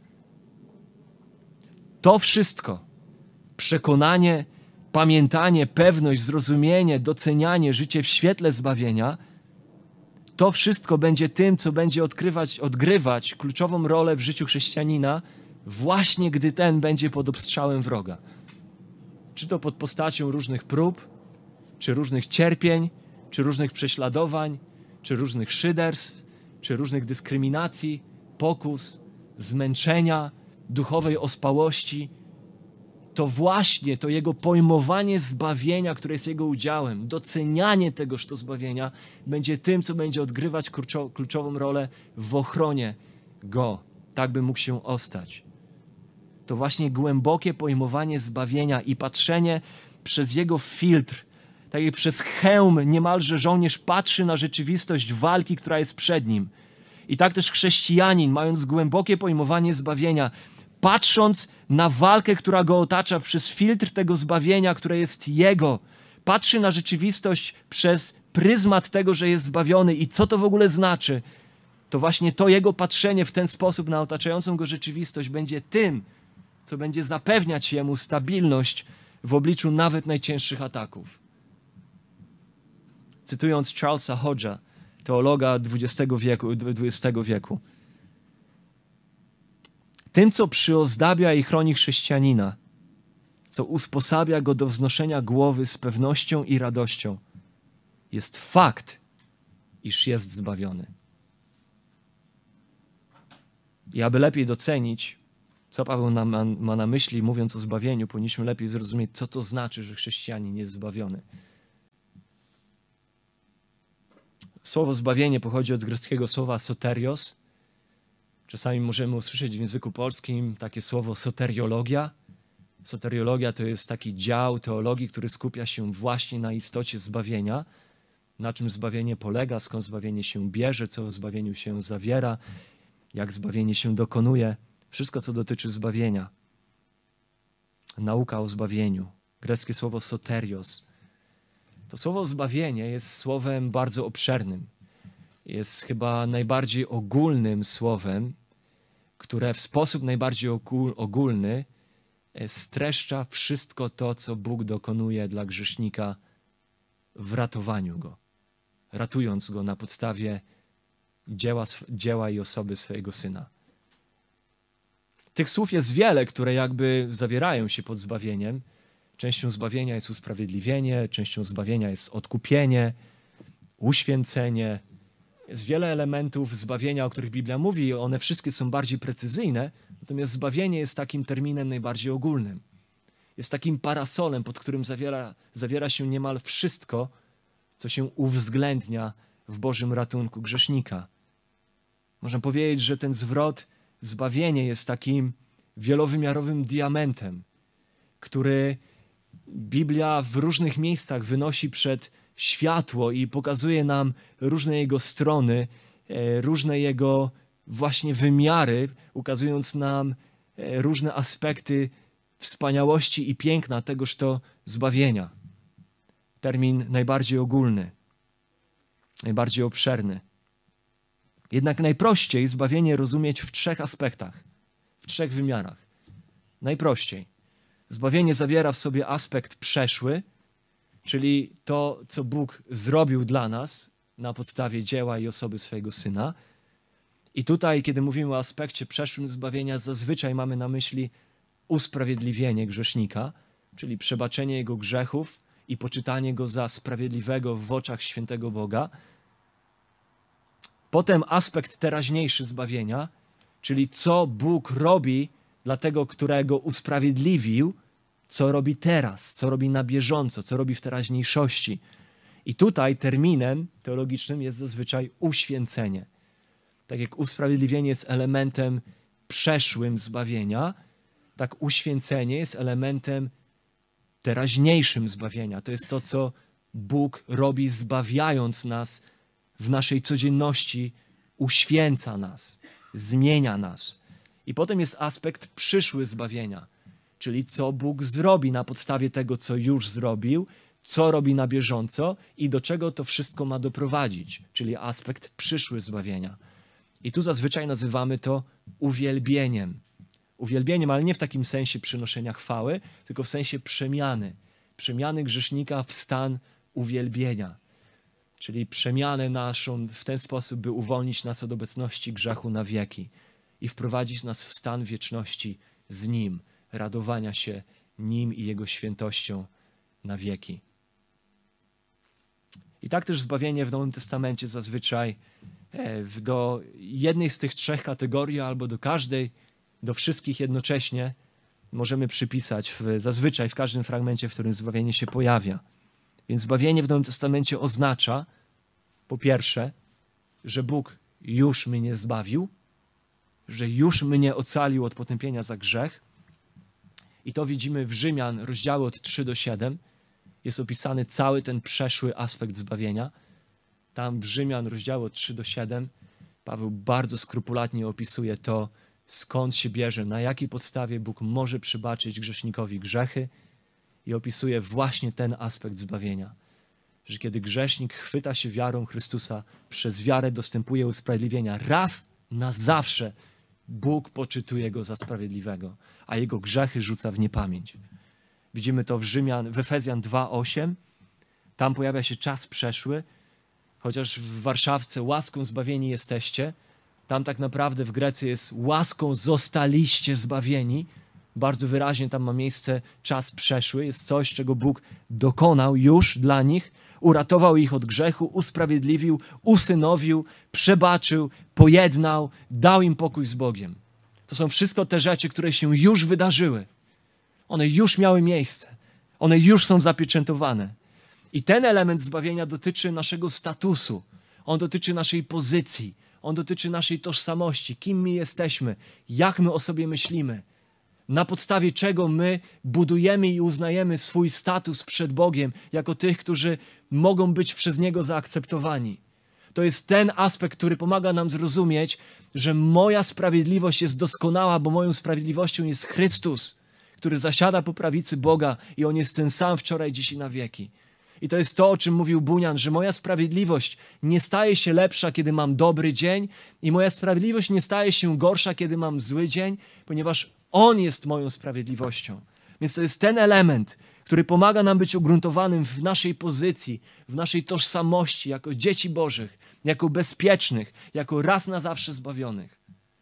To wszystko, przekonanie, pamiętanie, pewność, zrozumienie, docenianie, życie w świetle zbawienia, to wszystko będzie tym, co będzie odgrywać kluczową rolę w życiu chrześcijanina, właśnie gdy ten będzie pod obstrzałem wroga. Czy to pod postacią różnych prób, czy różnych cierpień, czy różnych prześladowań, czy różnych szyderstw, czy różnych dyskryminacji, pokus, zmęczenia, duchowej ospałości. To właśnie to jego pojmowanie zbawienia, które jest jego udziałem, docenianie tegoż to zbawienia będzie tym, co będzie odgrywać kluczową rolę w ochronie go, tak by mógł się ostać. To właśnie głębokie pojmowanie zbawienia i patrzenie przez jego filtr, tak jak przez hełm niemalże żołnierz patrzy na rzeczywistość walki, która jest przed nim. I tak też chrześcijanin, mając głębokie pojmowanie zbawienia, patrząc na walkę, która go otacza przez filtr tego zbawienia, które jest jego, patrzy na rzeczywistość przez pryzmat tego, że jest zbawiony i co to w ogóle znaczy, to właśnie to jego patrzenie w ten sposób na otaczającą go rzeczywistość będzie tym, co będzie zapewniać jemu stabilność w obliczu nawet najcięższych ataków. Cytując Charlesa Hodge'a, teologa XX wieku, tym, co przyozdabia i chroni chrześcijanina, co usposabia go do wznoszenia głowy z pewnością i radością, jest fakt, iż jest zbawiony. I aby lepiej docenić, co Paweł ma na myśli, mówiąc o zbawieniu, powinniśmy lepiej zrozumieć, co to znaczy, że chrześcijanin jest zbawiony. Słowo zbawienie pochodzi od greckiego słowa soterios. Czasami możemy usłyszeć w języku polskim takie słowo soteriologia. Soteriologia to jest taki dział teologii, który skupia się właśnie na istocie zbawienia, na czym zbawienie polega, skąd zbawienie się bierze, co w zbawieniu się zawiera, jak zbawienie się dokonuje. Wszystko, co dotyczy zbawienia. Nauka o zbawieniu. Greckie słowo soterios. To słowo zbawienie jest słowem bardzo obszernym. Jest chyba najbardziej ogólnym słowem, które w sposób najbardziej ogólny streszcza wszystko to, co Bóg dokonuje dla grzesznika w ratowaniu go. Ratując go na podstawie dzieła i osoby swojego Syna. Tych słów jest wiele, które jakby zawierają się pod zbawieniem. Częścią zbawienia jest usprawiedliwienie, częścią zbawienia jest odkupienie, uświęcenie. Jest wiele elementów zbawienia, o których Biblia mówi, one wszystkie są bardziej precyzyjne, natomiast zbawienie jest takim terminem najbardziej ogólnym. Jest takim parasolem, pod którym zawiera się niemal wszystko, co się uwzględnia w Bożym ratunku grzesznika. Można powiedzieć, że ten zwrot, zbawienie jest takim wielowymiarowym diamentem, który Biblia w różnych miejscach wynosi przed światło i pokazuje nam różne jego strony, różne jego właśnie wymiary, ukazując nam różne aspekty wspaniałości i piękna tegoż to zbawienia. Termin najbardziej ogólny, najbardziej obszerny. Jednak najprościej zbawienie rozumieć w 3 aspektach, w 3 wymiarach. Najprościej. Zbawienie zawiera w sobie aspekt przeszły, czyli to, co Bóg zrobił dla nas na podstawie dzieła i osoby swojego Syna. I tutaj, kiedy mówimy o aspekcie przeszłym zbawienia, zazwyczaj mamy na myśli usprawiedliwienie grzesznika, czyli przebaczenie jego grzechów i poczytanie go za sprawiedliwego w oczach świętego Boga. Potem aspekt teraźniejszy zbawienia, czyli co Bóg robi dla tego, którego usprawiedliwił, co robi teraz, co robi na bieżąco, co robi w teraźniejszości. I tutaj terminem teologicznym jest zazwyczaj uświęcenie. Tak jak usprawiedliwienie jest elementem przeszłym zbawienia, tak uświęcenie jest elementem teraźniejszym zbawienia. To jest to, co Bóg robi, zbawiając nas w naszej codzienności, uświęca nas, zmienia nas. I potem jest aspekt przyszły zbawienia, czyli co Bóg zrobi na podstawie tego, co już zrobił, co robi na bieżąco i do czego to wszystko ma doprowadzić, czyli aspekt przyszły zbawienia. I tu zazwyczaj nazywamy to uwielbieniem. Uwielbieniem, ale nie w takim sensie przynoszenia chwały, tylko w sensie przemiany. Przemiany grzesznika w stan uwielbienia. Czyli przemianę naszą w ten sposób, by uwolnić nas od obecności grzechu na wieki i wprowadzić nas w stan wieczności z Nim, radowania się Nim i Jego świętością na wieki. I tak też zbawienie w Nowym Testamencie zazwyczaj do jednej z tych trzech kategorii albo do każdej, do wszystkich jednocześnie możemy przypisać zazwyczaj w każdym fragmencie, w którym zbawienie się pojawia. Więc zbawienie w Nowym Testamencie oznacza, po pierwsze, że Bóg już mnie zbawił, że już mnie ocalił od potępienia za grzech. I to widzimy w Rzymian, rozdziały od 3 do 7. Jest opisany cały ten przeszły aspekt zbawienia. Tam w Rzymian, rozdziały od 3 do 7, Paweł bardzo skrupulatnie opisuje to, skąd się bierze, na jakiej podstawie Bóg może przebaczyć grzesznikowi grzechy i opisuje właśnie ten aspekt zbawienia. Że kiedy grzesznik chwyta się wiarą Chrystusa, przez wiarę dostępuje usprawiedliwienia. Raz na zawsze Bóg poczytuje go za sprawiedliwego, a jego grzechy rzuca w niepamięć. Widzimy to w Efezjan 2:8. Tam pojawia się czas przeszły, chociaż w Warszawce łaską zbawieni jesteście. Tam tak naprawdę w Grecji jest łaską zostaliście zbawieni. Bardzo wyraźnie tam ma miejsce czas przeszły. Jest coś, czego Bóg dokonał już dla nich. Uratował ich od grzechu, usprawiedliwił, usynowił, przebaczył, pojednał, dał im pokój z Bogiem. To są wszystko te rzeczy, które się już wydarzyły. One już miały miejsce. One już są zapieczętowane. I ten element zbawienia dotyczy naszego statusu. On dotyczy naszej pozycji. On dotyczy naszej tożsamości. Kim my jesteśmy. Jak my o sobie myślimy. Na podstawie czego my budujemy i uznajemy swój status przed Bogiem jako tych, którzy mogą być przez Niego zaakceptowani. To jest ten aspekt, który pomaga nam zrozumieć, że moja sprawiedliwość jest doskonała, bo moją sprawiedliwością jest Chrystus, który zasiada po prawicy Boga i On jest ten sam wczoraj, dziś i na wieki. I to jest to, o czym mówił Bunian, że moja sprawiedliwość nie staje się lepsza, kiedy mam dobry dzień i moja sprawiedliwość nie staje się gorsza, kiedy mam zły dzień, ponieważ On jest moją sprawiedliwością. Więc to jest ten element, który pomaga nam być ugruntowanym w naszej pozycji, w naszej tożsamości jako dzieci Bożych, jako bezpiecznych, jako raz na zawsze zbawionych.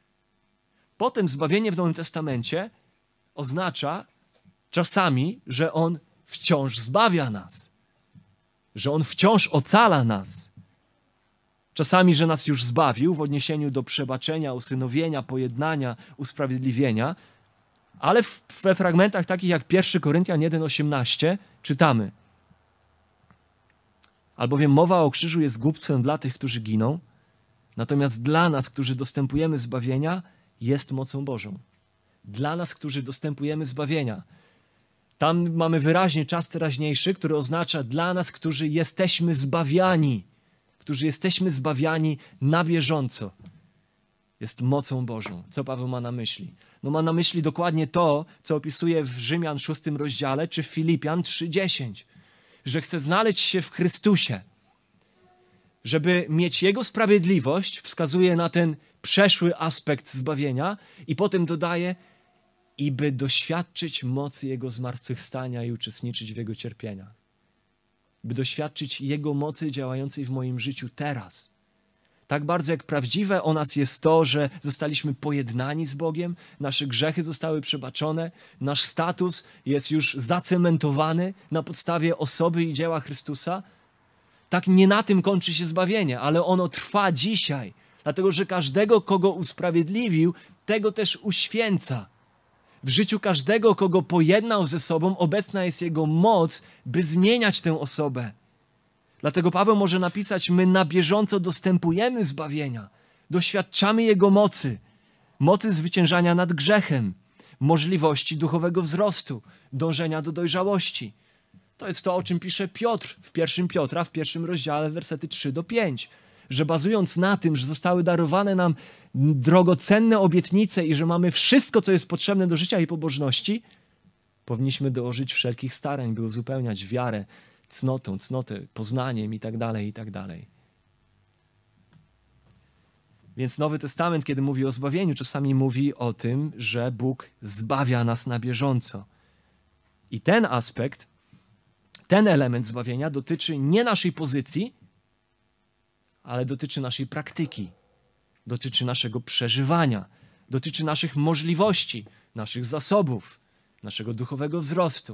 Potem zbawienie w Nowym Testamencie oznacza czasami, że On wciąż zbawia nas, że On wciąż ocala nas. Czasami, że nas już zbawił w odniesieniu do przebaczenia, usynowienia, pojednania, usprawiedliwienia, ale we fragmentach takich jak 1 Koryntian 1:18 czytamy: albowiem mowa o krzyżu jest głupstwem dla tych, którzy giną, natomiast dla nas, którzy dostępujemy zbawienia, jest mocą Bożą. Dla nas, którzy dostępujemy zbawienia. Tam mamy wyraźnie czas teraźniejszy, który oznacza dla nas, którzy jesteśmy zbawiani. Którzy jesteśmy zbawiani na bieżąco. Jest mocą Bożą. Co Paweł ma na myśli? No ma na myśli dokładnie to, co opisuje w Rzymian 6 rozdziale, czy w Filipian 3:10. Że chce znaleźć się w Chrystusie. Żeby mieć Jego sprawiedliwość, wskazuje na ten przeszły aspekt zbawienia i potem dodaje: i by doświadczyć mocy Jego zmartwychwstania i uczestniczyć w Jego cierpieniach. By doświadczyć Jego mocy działającej w moim życiu teraz. Tak bardzo jak prawdziwe o nas jest to, że zostaliśmy pojednani z Bogiem, nasze grzechy zostały przebaczone, nasz status jest już zacementowany na podstawie osoby i dzieła Chrystusa. Tak nie na tym kończy się zbawienie, ale ono trwa dzisiaj, dlatego że każdego, kogo usprawiedliwił, tego też uświęca. W życiu każdego, kogo pojednał ze sobą, obecna jest Jego moc, by zmieniać tę osobę. Dlatego Paweł może napisać, my na bieżąco dostępujemy zbawienia, doświadczamy Jego mocy, mocy zwyciężania nad grzechem, możliwości duchowego wzrostu, dążenia do dojrzałości. To jest to, o czym pisze Piotr w 1 Piotra, w 1 rozdziale, wersety 3-5, że bazując na tym, że zostały darowane nam drogocenne obietnice i że mamy wszystko, co jest potrzebne do życia i pobożności, powinniśmy dołożyć wszelkich starań, by uzupełniać wiarę, cnotę, poznaniem i tak dalej. Więc Nowy Testament, kiedy mówi o zbawieniu, czasami mówi o tym, że Bóg zbawia nas na bieżąco. I ten aspekt, ten element zbawienia dotyczy nie naszej pozycji, ale dotyczy naszej praktyki, dotyczy naszego przeżywania, dotyczy naszych możliwości, naszych zasobów, naszego duchowego wzrostu.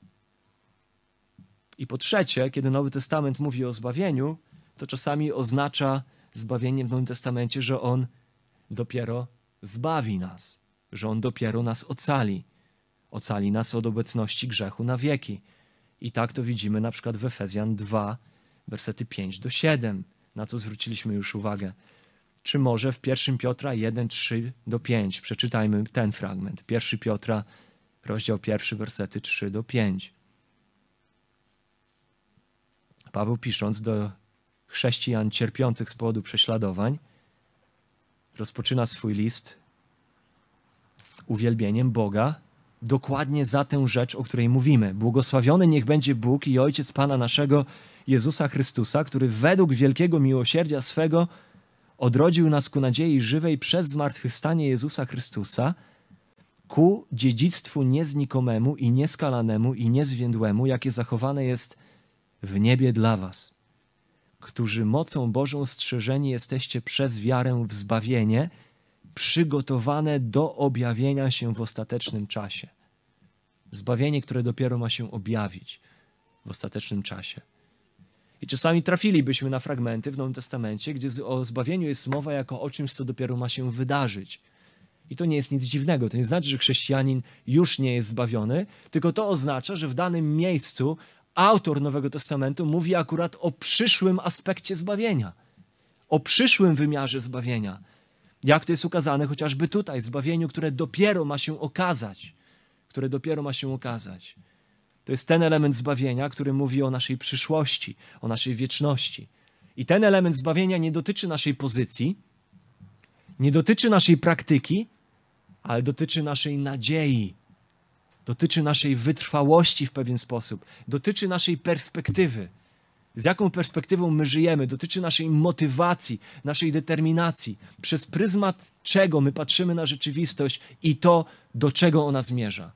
I po trzecie, kiedy Nowy Testament mówi o zbawieniu, to czasami oznacza zbawienie w Nowym Testamencie, że On dopiero zbawi nas, że On dopiero nas ocali. Ocali nas od obecności grzechu na wieki. I tak to widzimy na przykład w Efezjan 2, wersety 5-7, na co zwróciliśmy już uwagę. Czy może w 1 Piotra 1, 3-5. Przeczytajmy ten fragment. 1 Piotra, rozdział 1, wersety 3-5. Paweł, pisząc do chrześcijan cierpiących z powodu prześladowań, rozpoczyna swój list uwielbieniem Boga dokładnie za tę rzecz, o której mówimy. Błogosławiony niech będzie Bóg i Ojciec Pana naszego Jezusa Chrystusa, który według wielkiego miłosierdzia swego odrodził nas ku nadziei żywej przez zmartwychwstanie Jezusa Chrystusa, ku dziedzictwu nieznikomemu i nieskalanemu i niezwiędłemu, jakie zachowane jest w niebie dla was, którzy mocą Bożą strzeżeni jesteście przez wiarę w zbawienie, przygotowane do objawienia się w ostatecznym czasie. Zbawienie, które dopiero ma się objawić w ostatecznym czasie. I czasami trafilibyśmy na fragmenty w Nowym Testamencie, gdzie o zbawieniu jest mowa jako o czymś, co dopiero ma się wydarzyć. I to nie jest nic dziwnego. To nie znaczy, że chrześcijanin już nie jest zbawiony, tylko to oznacza, że w danym miejscu autor Nowego Testamentu mówi akurat o przyszłym aspekcie zbawienia, o przyszłym wymiarze zbawienia. Jak to jest ukazane chociażby tutaj, zbawieniu, które dopiero ma się okazać. To jest ten element zbawienia, który mówi o naszej przyszłości, o naszej wieczności. I ten element zbawienia nie dotyczy naszej pozycji, nie dotyczy naszej praktyki, ale dotyczy naszej nadziei, dotyczy naszej wytrwałości w pewien sposób, dotyczy naszej perspektywy. Z jaką perspektywą my żyjemy, dotyczy naszej motywacji, naszej determinacji, przez pryzmat czego my patrzymy na rzeczywistość i to, do czego ona zmierza.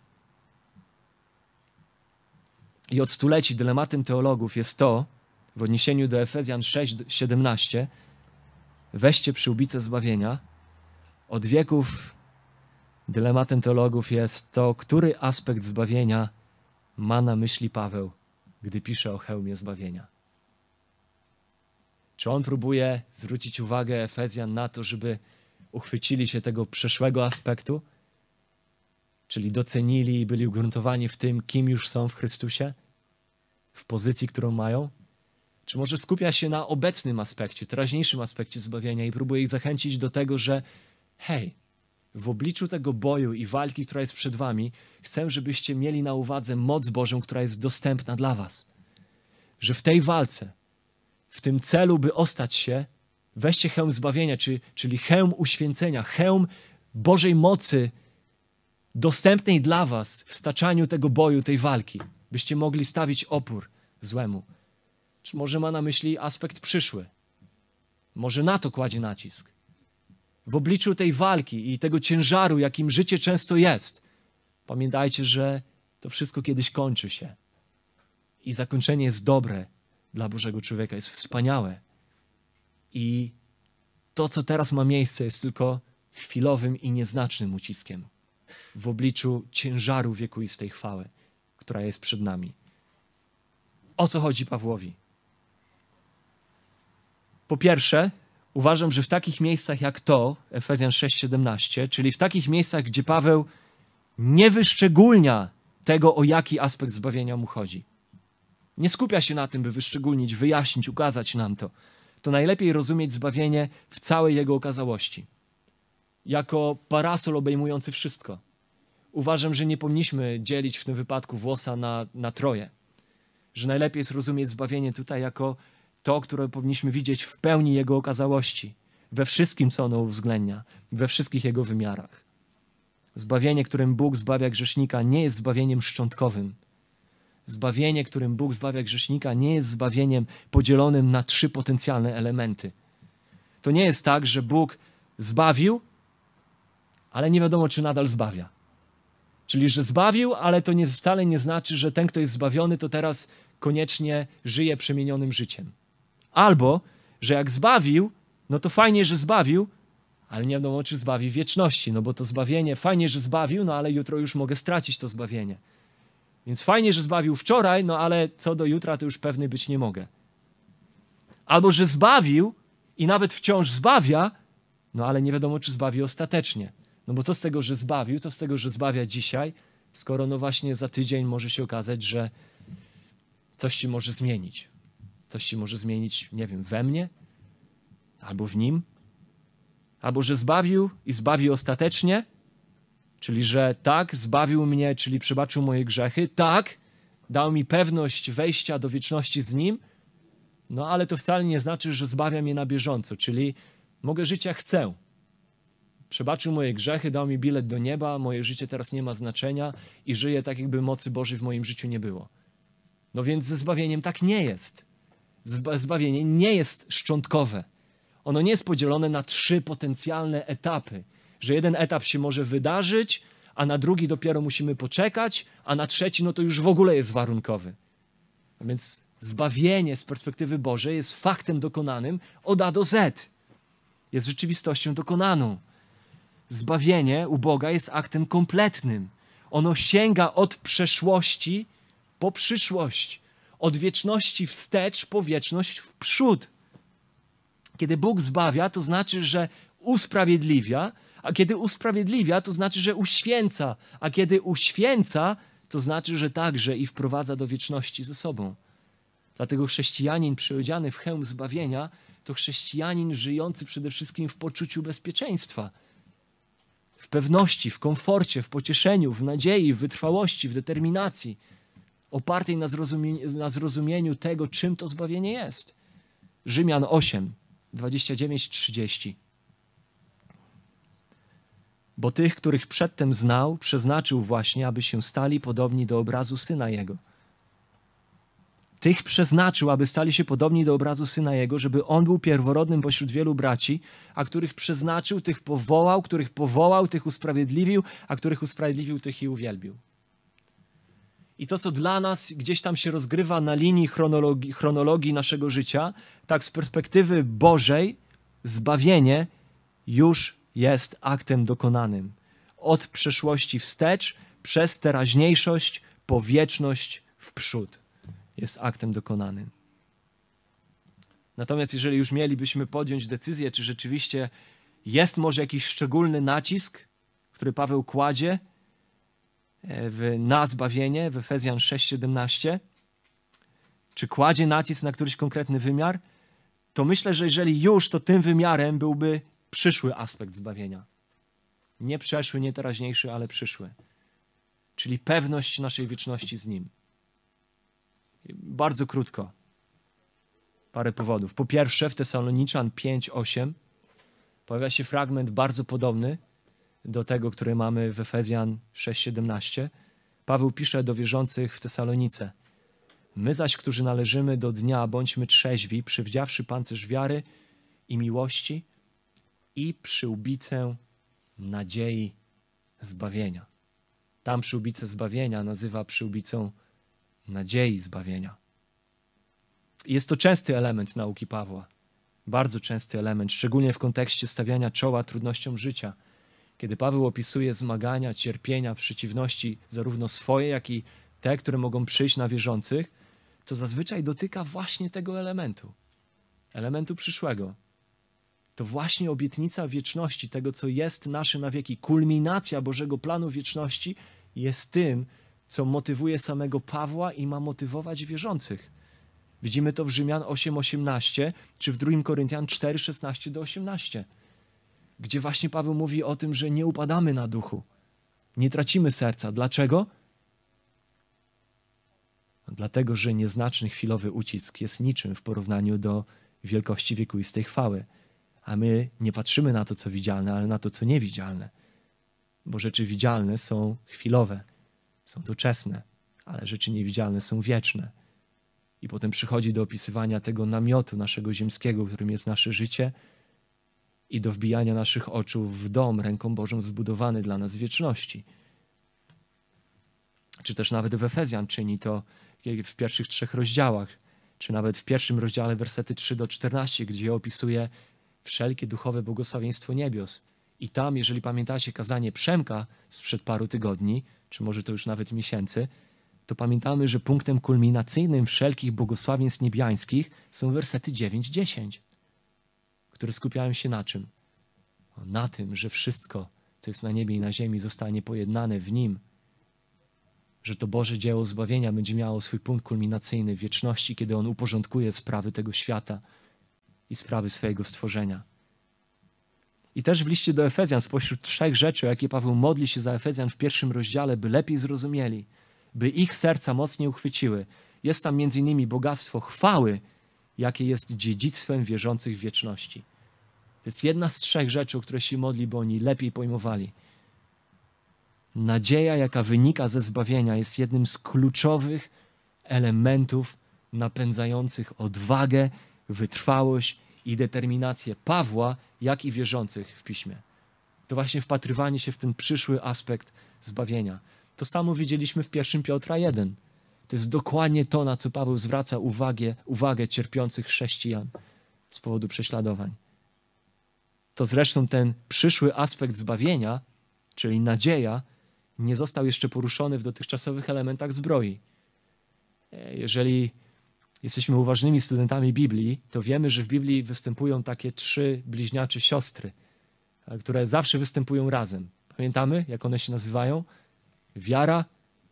I od stuleci dylematem teologów jest to, w odniesieniu do Efezjan 6:17, weźcie przyłbicę zbawienia. Od wieków dylematem teologów jest to, który aspekt zbawienia ma na myśli Paweł, gdy pisze o hełmie zbawienia. Czy on próbuje zwrócić uwagę Efezjan na to, żeby uchwycili się tego przeszłego aspektu, czyli docenili i byli ugruntowani w tym, kim już są w Chrystusie, w pozycji, którą mają? Czy może skupia się na obecnym aspekcie, teraźniejszym aspekcie zbawienia i próbuje ich zachęcić do tego, że hej, w obliczu tego boju i walki, która jest przed wami, chcę, żebyście mieli na uwadze moc Bożą, która jest dostępna dla was. Że w tej walce, w tym celu, by ostać się, weźcie hełm zbawienia, czyli hełm uświęcenia, hełm Bożej mocy dostępnej dla was w staczaniu tego boju, tej walki, byście mogli stawić opór złemu. Czy może ma na myśli aspekt przyszły? Może na to kładzie nacisk. W obliczu tej walki i tego ciężaru, jakim życie często jest, Pamiętajcie, że to wszystko kiedyś kończy się. I zakończenie jest dobre dla Bożego człowieka, jest wspaniałe. I to, co teraz ma miejsce, jest tylko chwilowym i nieznacznym uciskiem w obliczu ciężaru wiekuistej chwały, która jest przed nami. O co chodzi Pawłowi? Po pierwsze, uważam, że w takich miejscach jak to, Efezjan 6:17, czyli w takich miejscach, gdzie Paweł nie wyszczególnia tego, o jaki aspekt zbawienia mu chodzi. Nie skupia się na tym, by wyszczególnić, wyjaśnić, ukazać nam to. To najlepiej rozumieć zbawienie w całej jego okazałości. Jako parasol obejmujący wszystko. Uważam, że nie powinniśmy dzielić w tym wypadku włosa na troje. Że najlepiej jest rozumieć zbawienie tutaj jako to, które powinniśmy widzieć w pełni jego okazałości. We wszystkim, co ono uwzględnia. We wszystkich jego wymiarach. Zbawienie, którym Bóg zbawia grzesznika, nie jest zbawieniem szczątkowym. Zbawienie, którym Bóg zbawia grzesznika, nie jest zbawieniem podzielonym na 3 potencjalne elementy. To nie jest tak, że Bóg zbawił, ale nie wiadomo, czy nadal zbawia. Czyli, że zbawił, ale to wcale nie znaczy, że ten, kto jest zbawiony, to teraz koniecznie żyje przemienionym życiem. Albo, że jak zbawił, no to fajnie, że zbawił, ale nie wiadomo, czy zbawi w wieczności, no bo to zbawienie, fajnie, że zbawił, no ale jutro już mogę stracić to zbawienie. Więc fajnie, że zbawił wczoraj, no ale co do jutra, to już pewny być nie mogę. Albo, że zbawił i nawet wciąż zbawia, no ale nie wiadomo, czy zbawi ostatecznie. No bo co z tego, że zbawił, co z tego, że zbawia dzisiaj, skoro no właśnie za tydzień może się okazać, że coś się może zmienić. Coś się może zmienić, nie wiem, we mnie albo w nim. Albo, że zbawił i zbawi ostatecznie, czyli, że tak, zbawił mnie, czyli przebaczył moje grzechy, tak, dał mi pewność wejścia do wieczności z Nim, no ale to wcale nie znaczy, że zbawia mnie na bieżąco, czyli mogę żyć jak chcę. Przebaczył moje grzechy, dał mi bilet do nieba, moje życie teraz nie ma znaczenia i żyję tak, jakby mocy Bożej w moim życiu nie było. No więc ze zbawieniem tak nie jest. Zbawienie nie jest szczątkowe. Ono nie jest podzielone na 3 potencjalne etapy, że jeden etap się może wydarzyć, a na drugi dopiero musimy poczekać, a na trzeci no to już w ogóle jest warunkowy. A więc zbawienie z perspektywy Bożej jest faktem dokonanym od A do Z. Jest rzeczywistością dokonaną. Zbawienie u Boga jest aktem kompletnym. Ono sięga od przeszłości po przyszłość, od wieczności wstecz po wieczność w przód. Kiedy Bóg zbawia, to znaczy, że usprawiedliwia, a kiedy usprawiedliwia, to znaczy, że uświęca, a kiedy uświęca, to znaczy, że także i wprowadza do wieczności ze sobą. Dlatego chrześcijanin przyodziany w hełm zbawienia to chrześcijanin żyjący przede wszystkim w poczuciu bezpieczeństwa, w pewności, w komforcie, w pocieszeniu, w nadziei, w wytrwałości, w determinacji, opartej na zrozumieniu tego, czym to zbawienie jest. Rzymian 8, 29-30. Bo tych, których przedtem znał, przeznaczył właśnie, aby się stali podobni do obrazu Syna Jego. Tych przeznaczył, aby stali się podobni do obrazu Syna Jego, żeby On był pierworodnym pośród wielu braci, a których przeznaczył, tych powołał, których powołał, tych usprawiedliwił, a których usprawiedliwił, tych i uwielbił. I to, co dla nas gdzieś tam się rozgrywa na linii chronologii naszego życia, tak z perspektywy Bożej, zbawienie już jest aktem dokonanym. Od przeszłości wstecz, przez teraźniejszość, po wieczność w przód. Jest aktem dokonanym. Natomiast jeżeli już mielibyśmy podjąć decyzję, czy rzeczywiście jest może jakiś szczególny nacisk, który Paweł kładzie na zbawienie w Efezjan 6:17, czy kładzie nacisk na któryś konkretny wymiar, to myślę, że jeżeli już, to tym wymiarem byłby przyszły aspekt zbawienia. Nie przeszły, nie teraźniejszy, ale przyszły. Czyli pewność naszej wieczności z Nim. Bardzo krótko. Parę powodów. Po pierwsze, w Tesaloniczan 5:8 pojawia się fragment bardzo podobny do tego, który mamy w Efezjan 6:17. Paweł pisze do wierzących w Tesalonice: My zaś, którzy należymy do dnia, bądźmy trzeźwi, przywdziawszy pancerz wiary i miłości i przyłbicę nadziei zbawienia. tam przyłbicę zbawienia nazywa przyłbicą nadziei zbawienia. Jest to częsty element nauki Pawła. Bardzo częsty element, szczególnie w kontekście stawiania czoła trudnościom życia. Kiedy Paweł opisuje zmagania, cierpienia, przeciwności, zarówno swoje, jak i te, które mogą przyjść na wierzących, to zazwyczaj dotyka właśnie tego elementu przyszłego. To właśnie obietnica wieczności, tego, co jest nasze na wieki. Kulminacja Bożego planu wieczności jest tym, co motywuje samego Pawła i ma motywować wierzących. Widzimy to w Rzymian 8:18 czy w 2 Koryntian 4:16-18, gdzie właśnie Paweł mówi o tym, że nie upadamy na duchu, nie tracimy serca. Dlaczego? Dlatego, że nieznaczny chwilowy ucisk jest niczym w porównaniu do wielkości wiekuistej chwały. A my nie patrzymy na to, co widzialne, ale na to, co niewidzialne. Bo rzeczy widzialne są chwilowe, są doczesne, ale rzeczy niewidzialne są wieczne. I potem przychodzi do opisywania tego namiotu naszego ziemskiego, którym jest nasze życie, i do wbijania naszych oczu w dom ręką Bożą zbudowany dla nas w wieczności. Czy też nawet w Efezjan czyni to w pierwszych 3 rozdziałach, czy nawet w 1 rozdziale wersety 3-14, gdzie opisuje wszelkie duchowe błogosławieństwo niebios. I tam, jeżeli pamiętacie kazanie Przemka sprzed paru tygodni, czy może to już nawet miesięcy, to pamiętamy, że punktem kulminacyjnym wszelkich błogosławieństw niebiańskich są wersety 9-10, które skupiają się na czym? Na tym, że wszystko, co jest na niebie i na ziemi, zostanie pojednane w Nim. Że to Boże dzieło zbawienia będzie miało swój punkt kulminacyjny w wieczności, kiedy On uporządkuje sprawy tego świata i sprawy swojego stworzenia. I też w liście do Efezjan, spośród 3 rzeczy, o jakie Paweł modli się za Efezjan w 1 rozdziale, by lepiej zrozumieli, by ich serca mocniej uchwyciły, jest tam między innymi bogactwo chwały, jakie jest dziedzictwem wierzących w wieczności. To jest jedna z 3 rzeczy, o które się modli, by oni lepiej pojmowali. Nadzieja, jaka wynika ze zbawienia, jest jednym z kluczowych elementów napędzających odwagę, wytrwałość i determinację Pawła, jak i wierzących w Piśmie. To właśnie wpatrywanie się w ten przyszły aspekt zbawienia. To samo widzieliśmy w 1 Piotra 1. To jest dokładnie to, na co Paweł zwraca uwagę cierpiących chrześcijan z powodu prześladowań. To zresztą ten przyszły aspekt zbawienia, czyli nadzieja, nie został jeszcze poruszony w dotychczasowych elementach zbroi. Jeżeli jesteśmy uważnymi studentami Biblii, to wiemy, że w Biblii występują takie 3 bliźniacze siostry, które zawsze występują razem. Pamiętamy, jak one się nazywają? Wiara,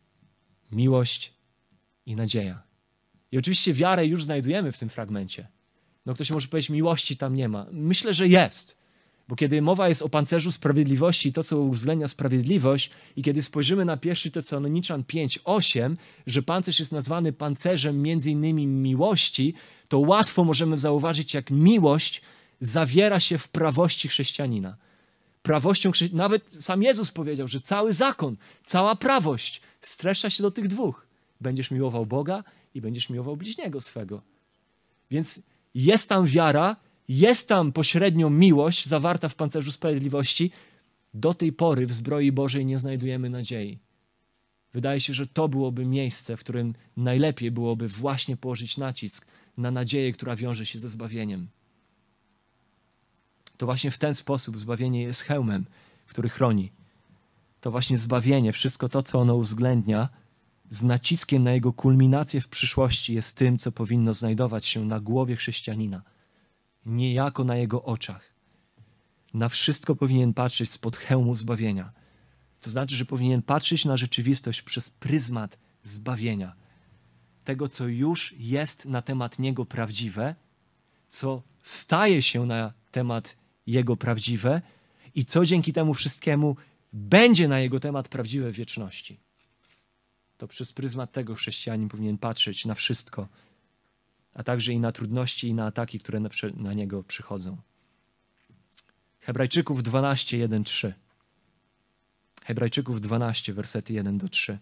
miłość i nadzieja. I oczywiście wiarę już znajdujemy w tym fragmencie. No ktoś może powiedzieć, miłości tam nie ma. Myślę, że jest. Bo kiedy mowa jest o pancerzu sprawiedliwości i to, co uwzględnia sprawiedliwość, i kiedy spojrzymy na 1 Tesaloniczan 5:8, że pancerz jest nazwany pancerzem między innymi miłości, to łatwo możemy zauważyć, jak miłość zawiera się w prawości chrześcijanina. Nawet sam Jezus powiedział, że cały zakon, cała prawość streszcza się do tych 2. Będziesz miłował Boga i będziesz miłował bliźniego swego. Więc jest tam wiara, jest tam pośrednio miłość zawarta w pancerzu sprawiedliwości. Do tej pory w zbroi Bożej nie znajdujemy nadziei. Wydaje się, że to byłoby miejsce, w którym najlepiej byłoby właśnie położyć nacisk na nadzieję, która wiąże się ze zbawieniem. To właśnie w ten sposób zbawienie jest hełmem, który chroni. To właśnie zbawienie, wszystko to, co ono uwzględnia, z naciskiem na jego kulminację w przyszłości jest tym, co powinno znajdować się na głowie chrześcijanina. Niejako na jego oczach. Na wszystko powinien patrzeć spod hełmu zbawienia. To znaczy, że powinien patrzeć na rzeczywistość przez pryzmat zbawienia. Tego, co już jest na temat niego prawdziwe, co staje się na temat jego prawdziwe i co dzięki temu wszystkiemu będzie na jego temat prawdziwe w wieczności. To przez pryzmat tego chrześcijanin powinien patrzeć na wszystko, a także i na trudności i na ataki, które na niego przychodzą. Hebrajczyków 12, 1-3. Hebrajczyków 12, wersety 1-3.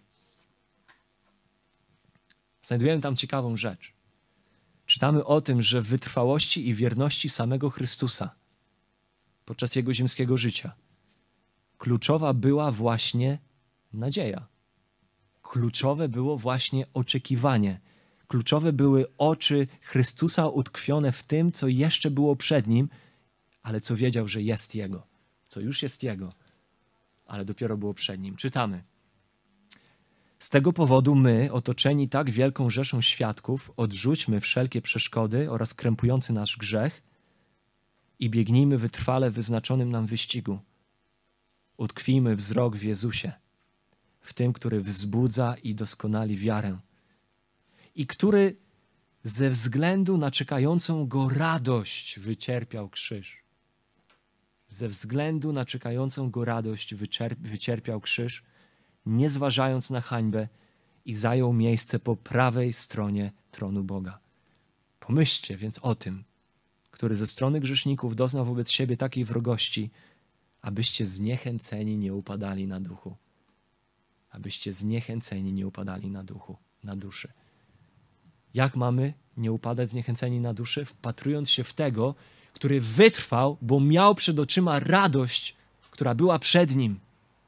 Znajdujemy tam ciekawą rzecz. Czytamy o tym, że w wytrwałości i wierności samego Chrystusa podczas Jego ziemskiego życia kluczowa była właśnie nadzieja. Kluczowe było właśnie oczekiwanie. Kluczowe były oczy Chrystusa utkwione w tym, co jeszcze było przed Nim, ale co wiedział, że jest Jego. Co już jest Jego, ale dopiero było przed Nim. Czytamy. Z tego powodu my, otoczeni tak wielką rzeszą świadków, odrzućmy wszelkie przeszkody oraz krępujący nasz grzech i biegnijmy wytrwale w wyznaczonym nam wyścigu. Utkwijmy wzrok w Jezusie, w tym, który wzbudza i doskonali wiarę i który ze względu na czekającą go radość wycierpiał krzyż. Ze względu na czekającą go radość wycierpiał krzyż, nie zważając na hańbę i zajął miejsce po prawej stronie tronu Boga. Pomyślcie więc o tym, który ze strony grzeszników doznał wobec siebie takiej wrogości, abyście zniechęceni nie upadali na duchu. Abyście zniechęceni nie upadali na duchu, na duszy. Jak mamy nie upadać zniechęceni na duszy? Wpatrując się w tego, który wytrwał, bo miał przed oczyma radość, która była przed nim.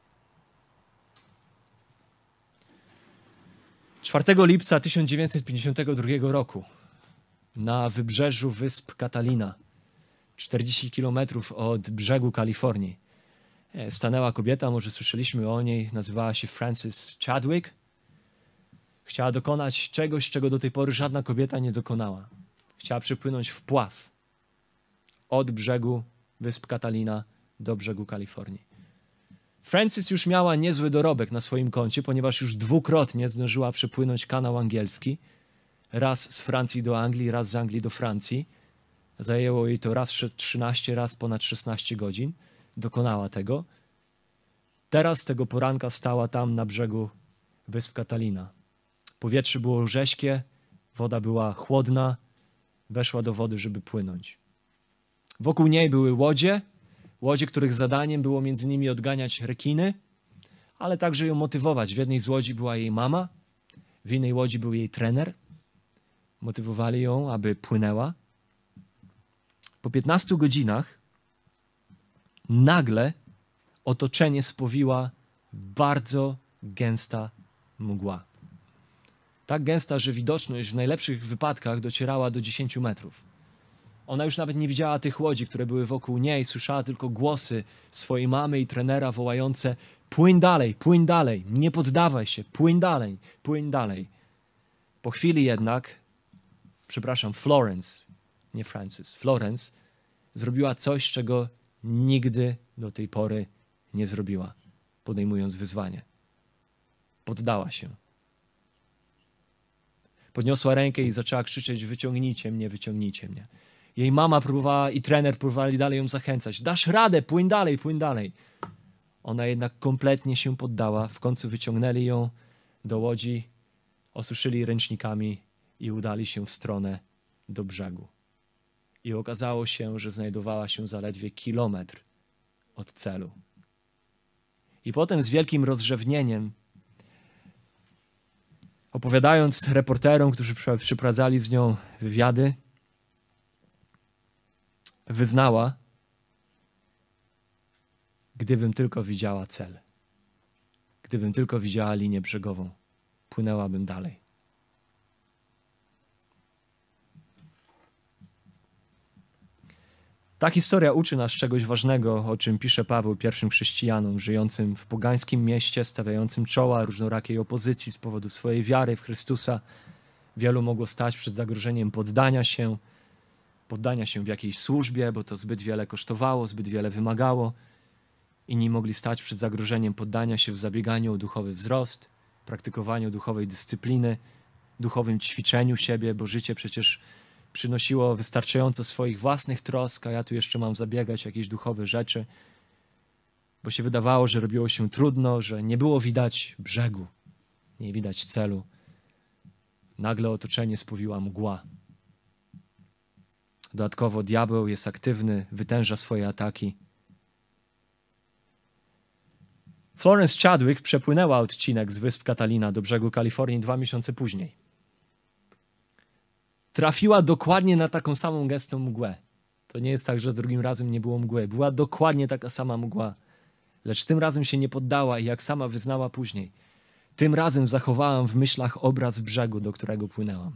4 lipca 1952 roku na wybrzeżu wysp Catalina, 40 kilometrów od brzegu Kalifornii, stanęła kobieta, może słyszeliśmy o niej, nazywała się Frances Chadwick. Chciała dokonać czegoś, czego do tej pory żadna kobieta nie dokonała. Chciała przypłynąć w pław od brzegu wysp Catalina do brzegu Kalifornii. Frances już miała niezły dorobek na swoim koncie, ponieważ już dwukrotnie zdążyła przepłynąć kanał angielski. Raz z Francji do Anglii, raz z Anglii do Francji. Zajęło jej to raz 13, raz ponad 16 godzin. Dokonała tego. Teraz tego poranka stała tam na brzegu wysp Catalina. Powietrze było rześkie, woda była chłodna. Weszła do wody, żeby płynąć. Wokół niej były łodzie, których zadaniem było między innymi odganiać rekiny, ale także ją motywować. W jednej z łodzi była jej mama, w innej łodzi był jej trener. Motywowali ją, aby płynęła. Po 15 godzinach nagle otoczenie spowiła bardzo gęsta mgła. Tak gęsta, że widoczność w najlepszych wypadkach docierała do 10 metrów. Ona już nawet nie widziała tych łodzi, które były wokół niej, słyszała tylko głosy swojej mamy i trenera wołające: płyń dalej, nie poddawaj się, płyń dalej, płyń dalej. Po chwili jednak, Florence, nie Frances, Florence zrobiła coś, czego nigdy do tej pory nie zrobiła, podejmując wyzwanie. Poddała się. Podniosła rękę i zaczęła krzyczeć: wyciągnijcie mnie, wyciągnijcie mnie. Jej mama próbowała i trener próbowali dalej ją zachęcać. Dasz radę, płyń dalej, płyń dalej. Ona jednak kompletnie się poddała. W końcu wyciągnęli ją do łodzi, osuszyli ręcznikami i udali się w stronę do brzegu. I okazało się, że znajdowała się zaledwie kilometr od celu. I potem z wielkim rozrzewnieniem, opowiadając reporterom, którzy przeprowadzali z nią wywiady, wyznała: gdybym tylko widziała cel, gdybym tylko widziała linię brzegową, płynęłabym dalej. Ta historia uczy nas czegoś ważnego, o czym pisze Paweł pierwszym chrześcijanom żyjącym w pogańskim mieście, stawiającym czoła różnorakiej opozycji z powodu swojej wiary w Chrystusa. Wielu mogło stać przed zagrożeniem poddania się w jakiejś służbie, bo to zbyt wiele kosztowało, zbyt wiele wymagało. Inni mogli stać przed zagrożeniem poddania się w zabieganiu o duchowy wzrost, praktykowaniu duchowej dyscypliny, duchowym ćwiczeniu siebie, bo życie przecież przynosiło wystarczająco swoich własnych trosk, a ja tu jeszcze mam zabiegać o jakieś duchowe rzeczy, bo się wydawało, że robiło się trudno, że nie było widać brzegu, nie widać celu. Nagle otoczenie spowiła mgła. Dodatkowo diabeł jest aktywny, wytęża swoje ataki. Florence Chadwick przepłynęła odcinek z wysp Catalina do brzegu Kalifornii 2 miesiące później. Trafiła dokładnie na taką samą gęstą mgłę. To nie jest tak, że drugim razem nie było mgły. Była dokładnie taka sama mgła. lecz tym razem się nie poddała i jak sama wyznała później, tym razem zachowałam w myślach obraz brzegu, do którego płynęłam.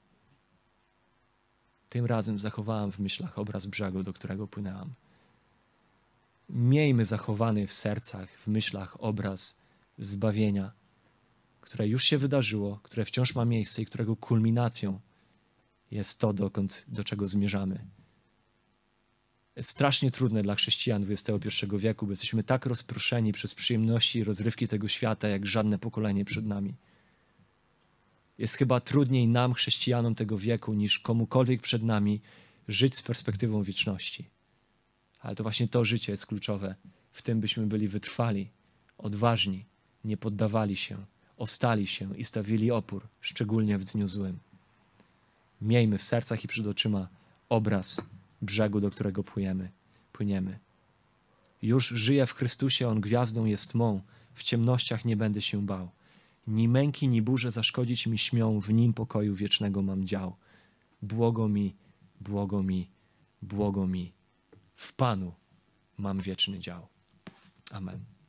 Tym razem zachowałam w myślach obraz brzegu, do którego płynęłam. Miejmy zachowany w sercach, w myślach obraz zbawienia, które już się wydarzyło, które wciąż ma miejsce i którego kulminacją jest to, do czego zmierzamy. Jest strasznie trudne dla chrześcijan XXI wieku, bo jesteśmy tak rozproszeni przez przyjemności i rozrywki tego świata, jak żadne pokolenie przed nami. Jest chyba trudniej nam, chrześcijanom tego wieku, niż komukolwiek przed nami żyć z perspektywą wieczności. Ale to właśnie to życie jest kluczowe. W tym byśmy byli wytrwali, odważni, nie poddawali się, ostali się i stawili opór, szczególnie w dniu złym. Miejmy w sercach i przed oczyma obraz brzegu, do którego płyniemy. Już żyję w Chrystusie, On gwiazdą jest mą, w ciemnościach nie będę się bał. Ni męki, ni burze zaszkodzić mi śmią, w Nim pokoju wiecznego mam dział. Błogo mi, błogo mi, błogo mi, w Panu mam wieczny dział. Amen.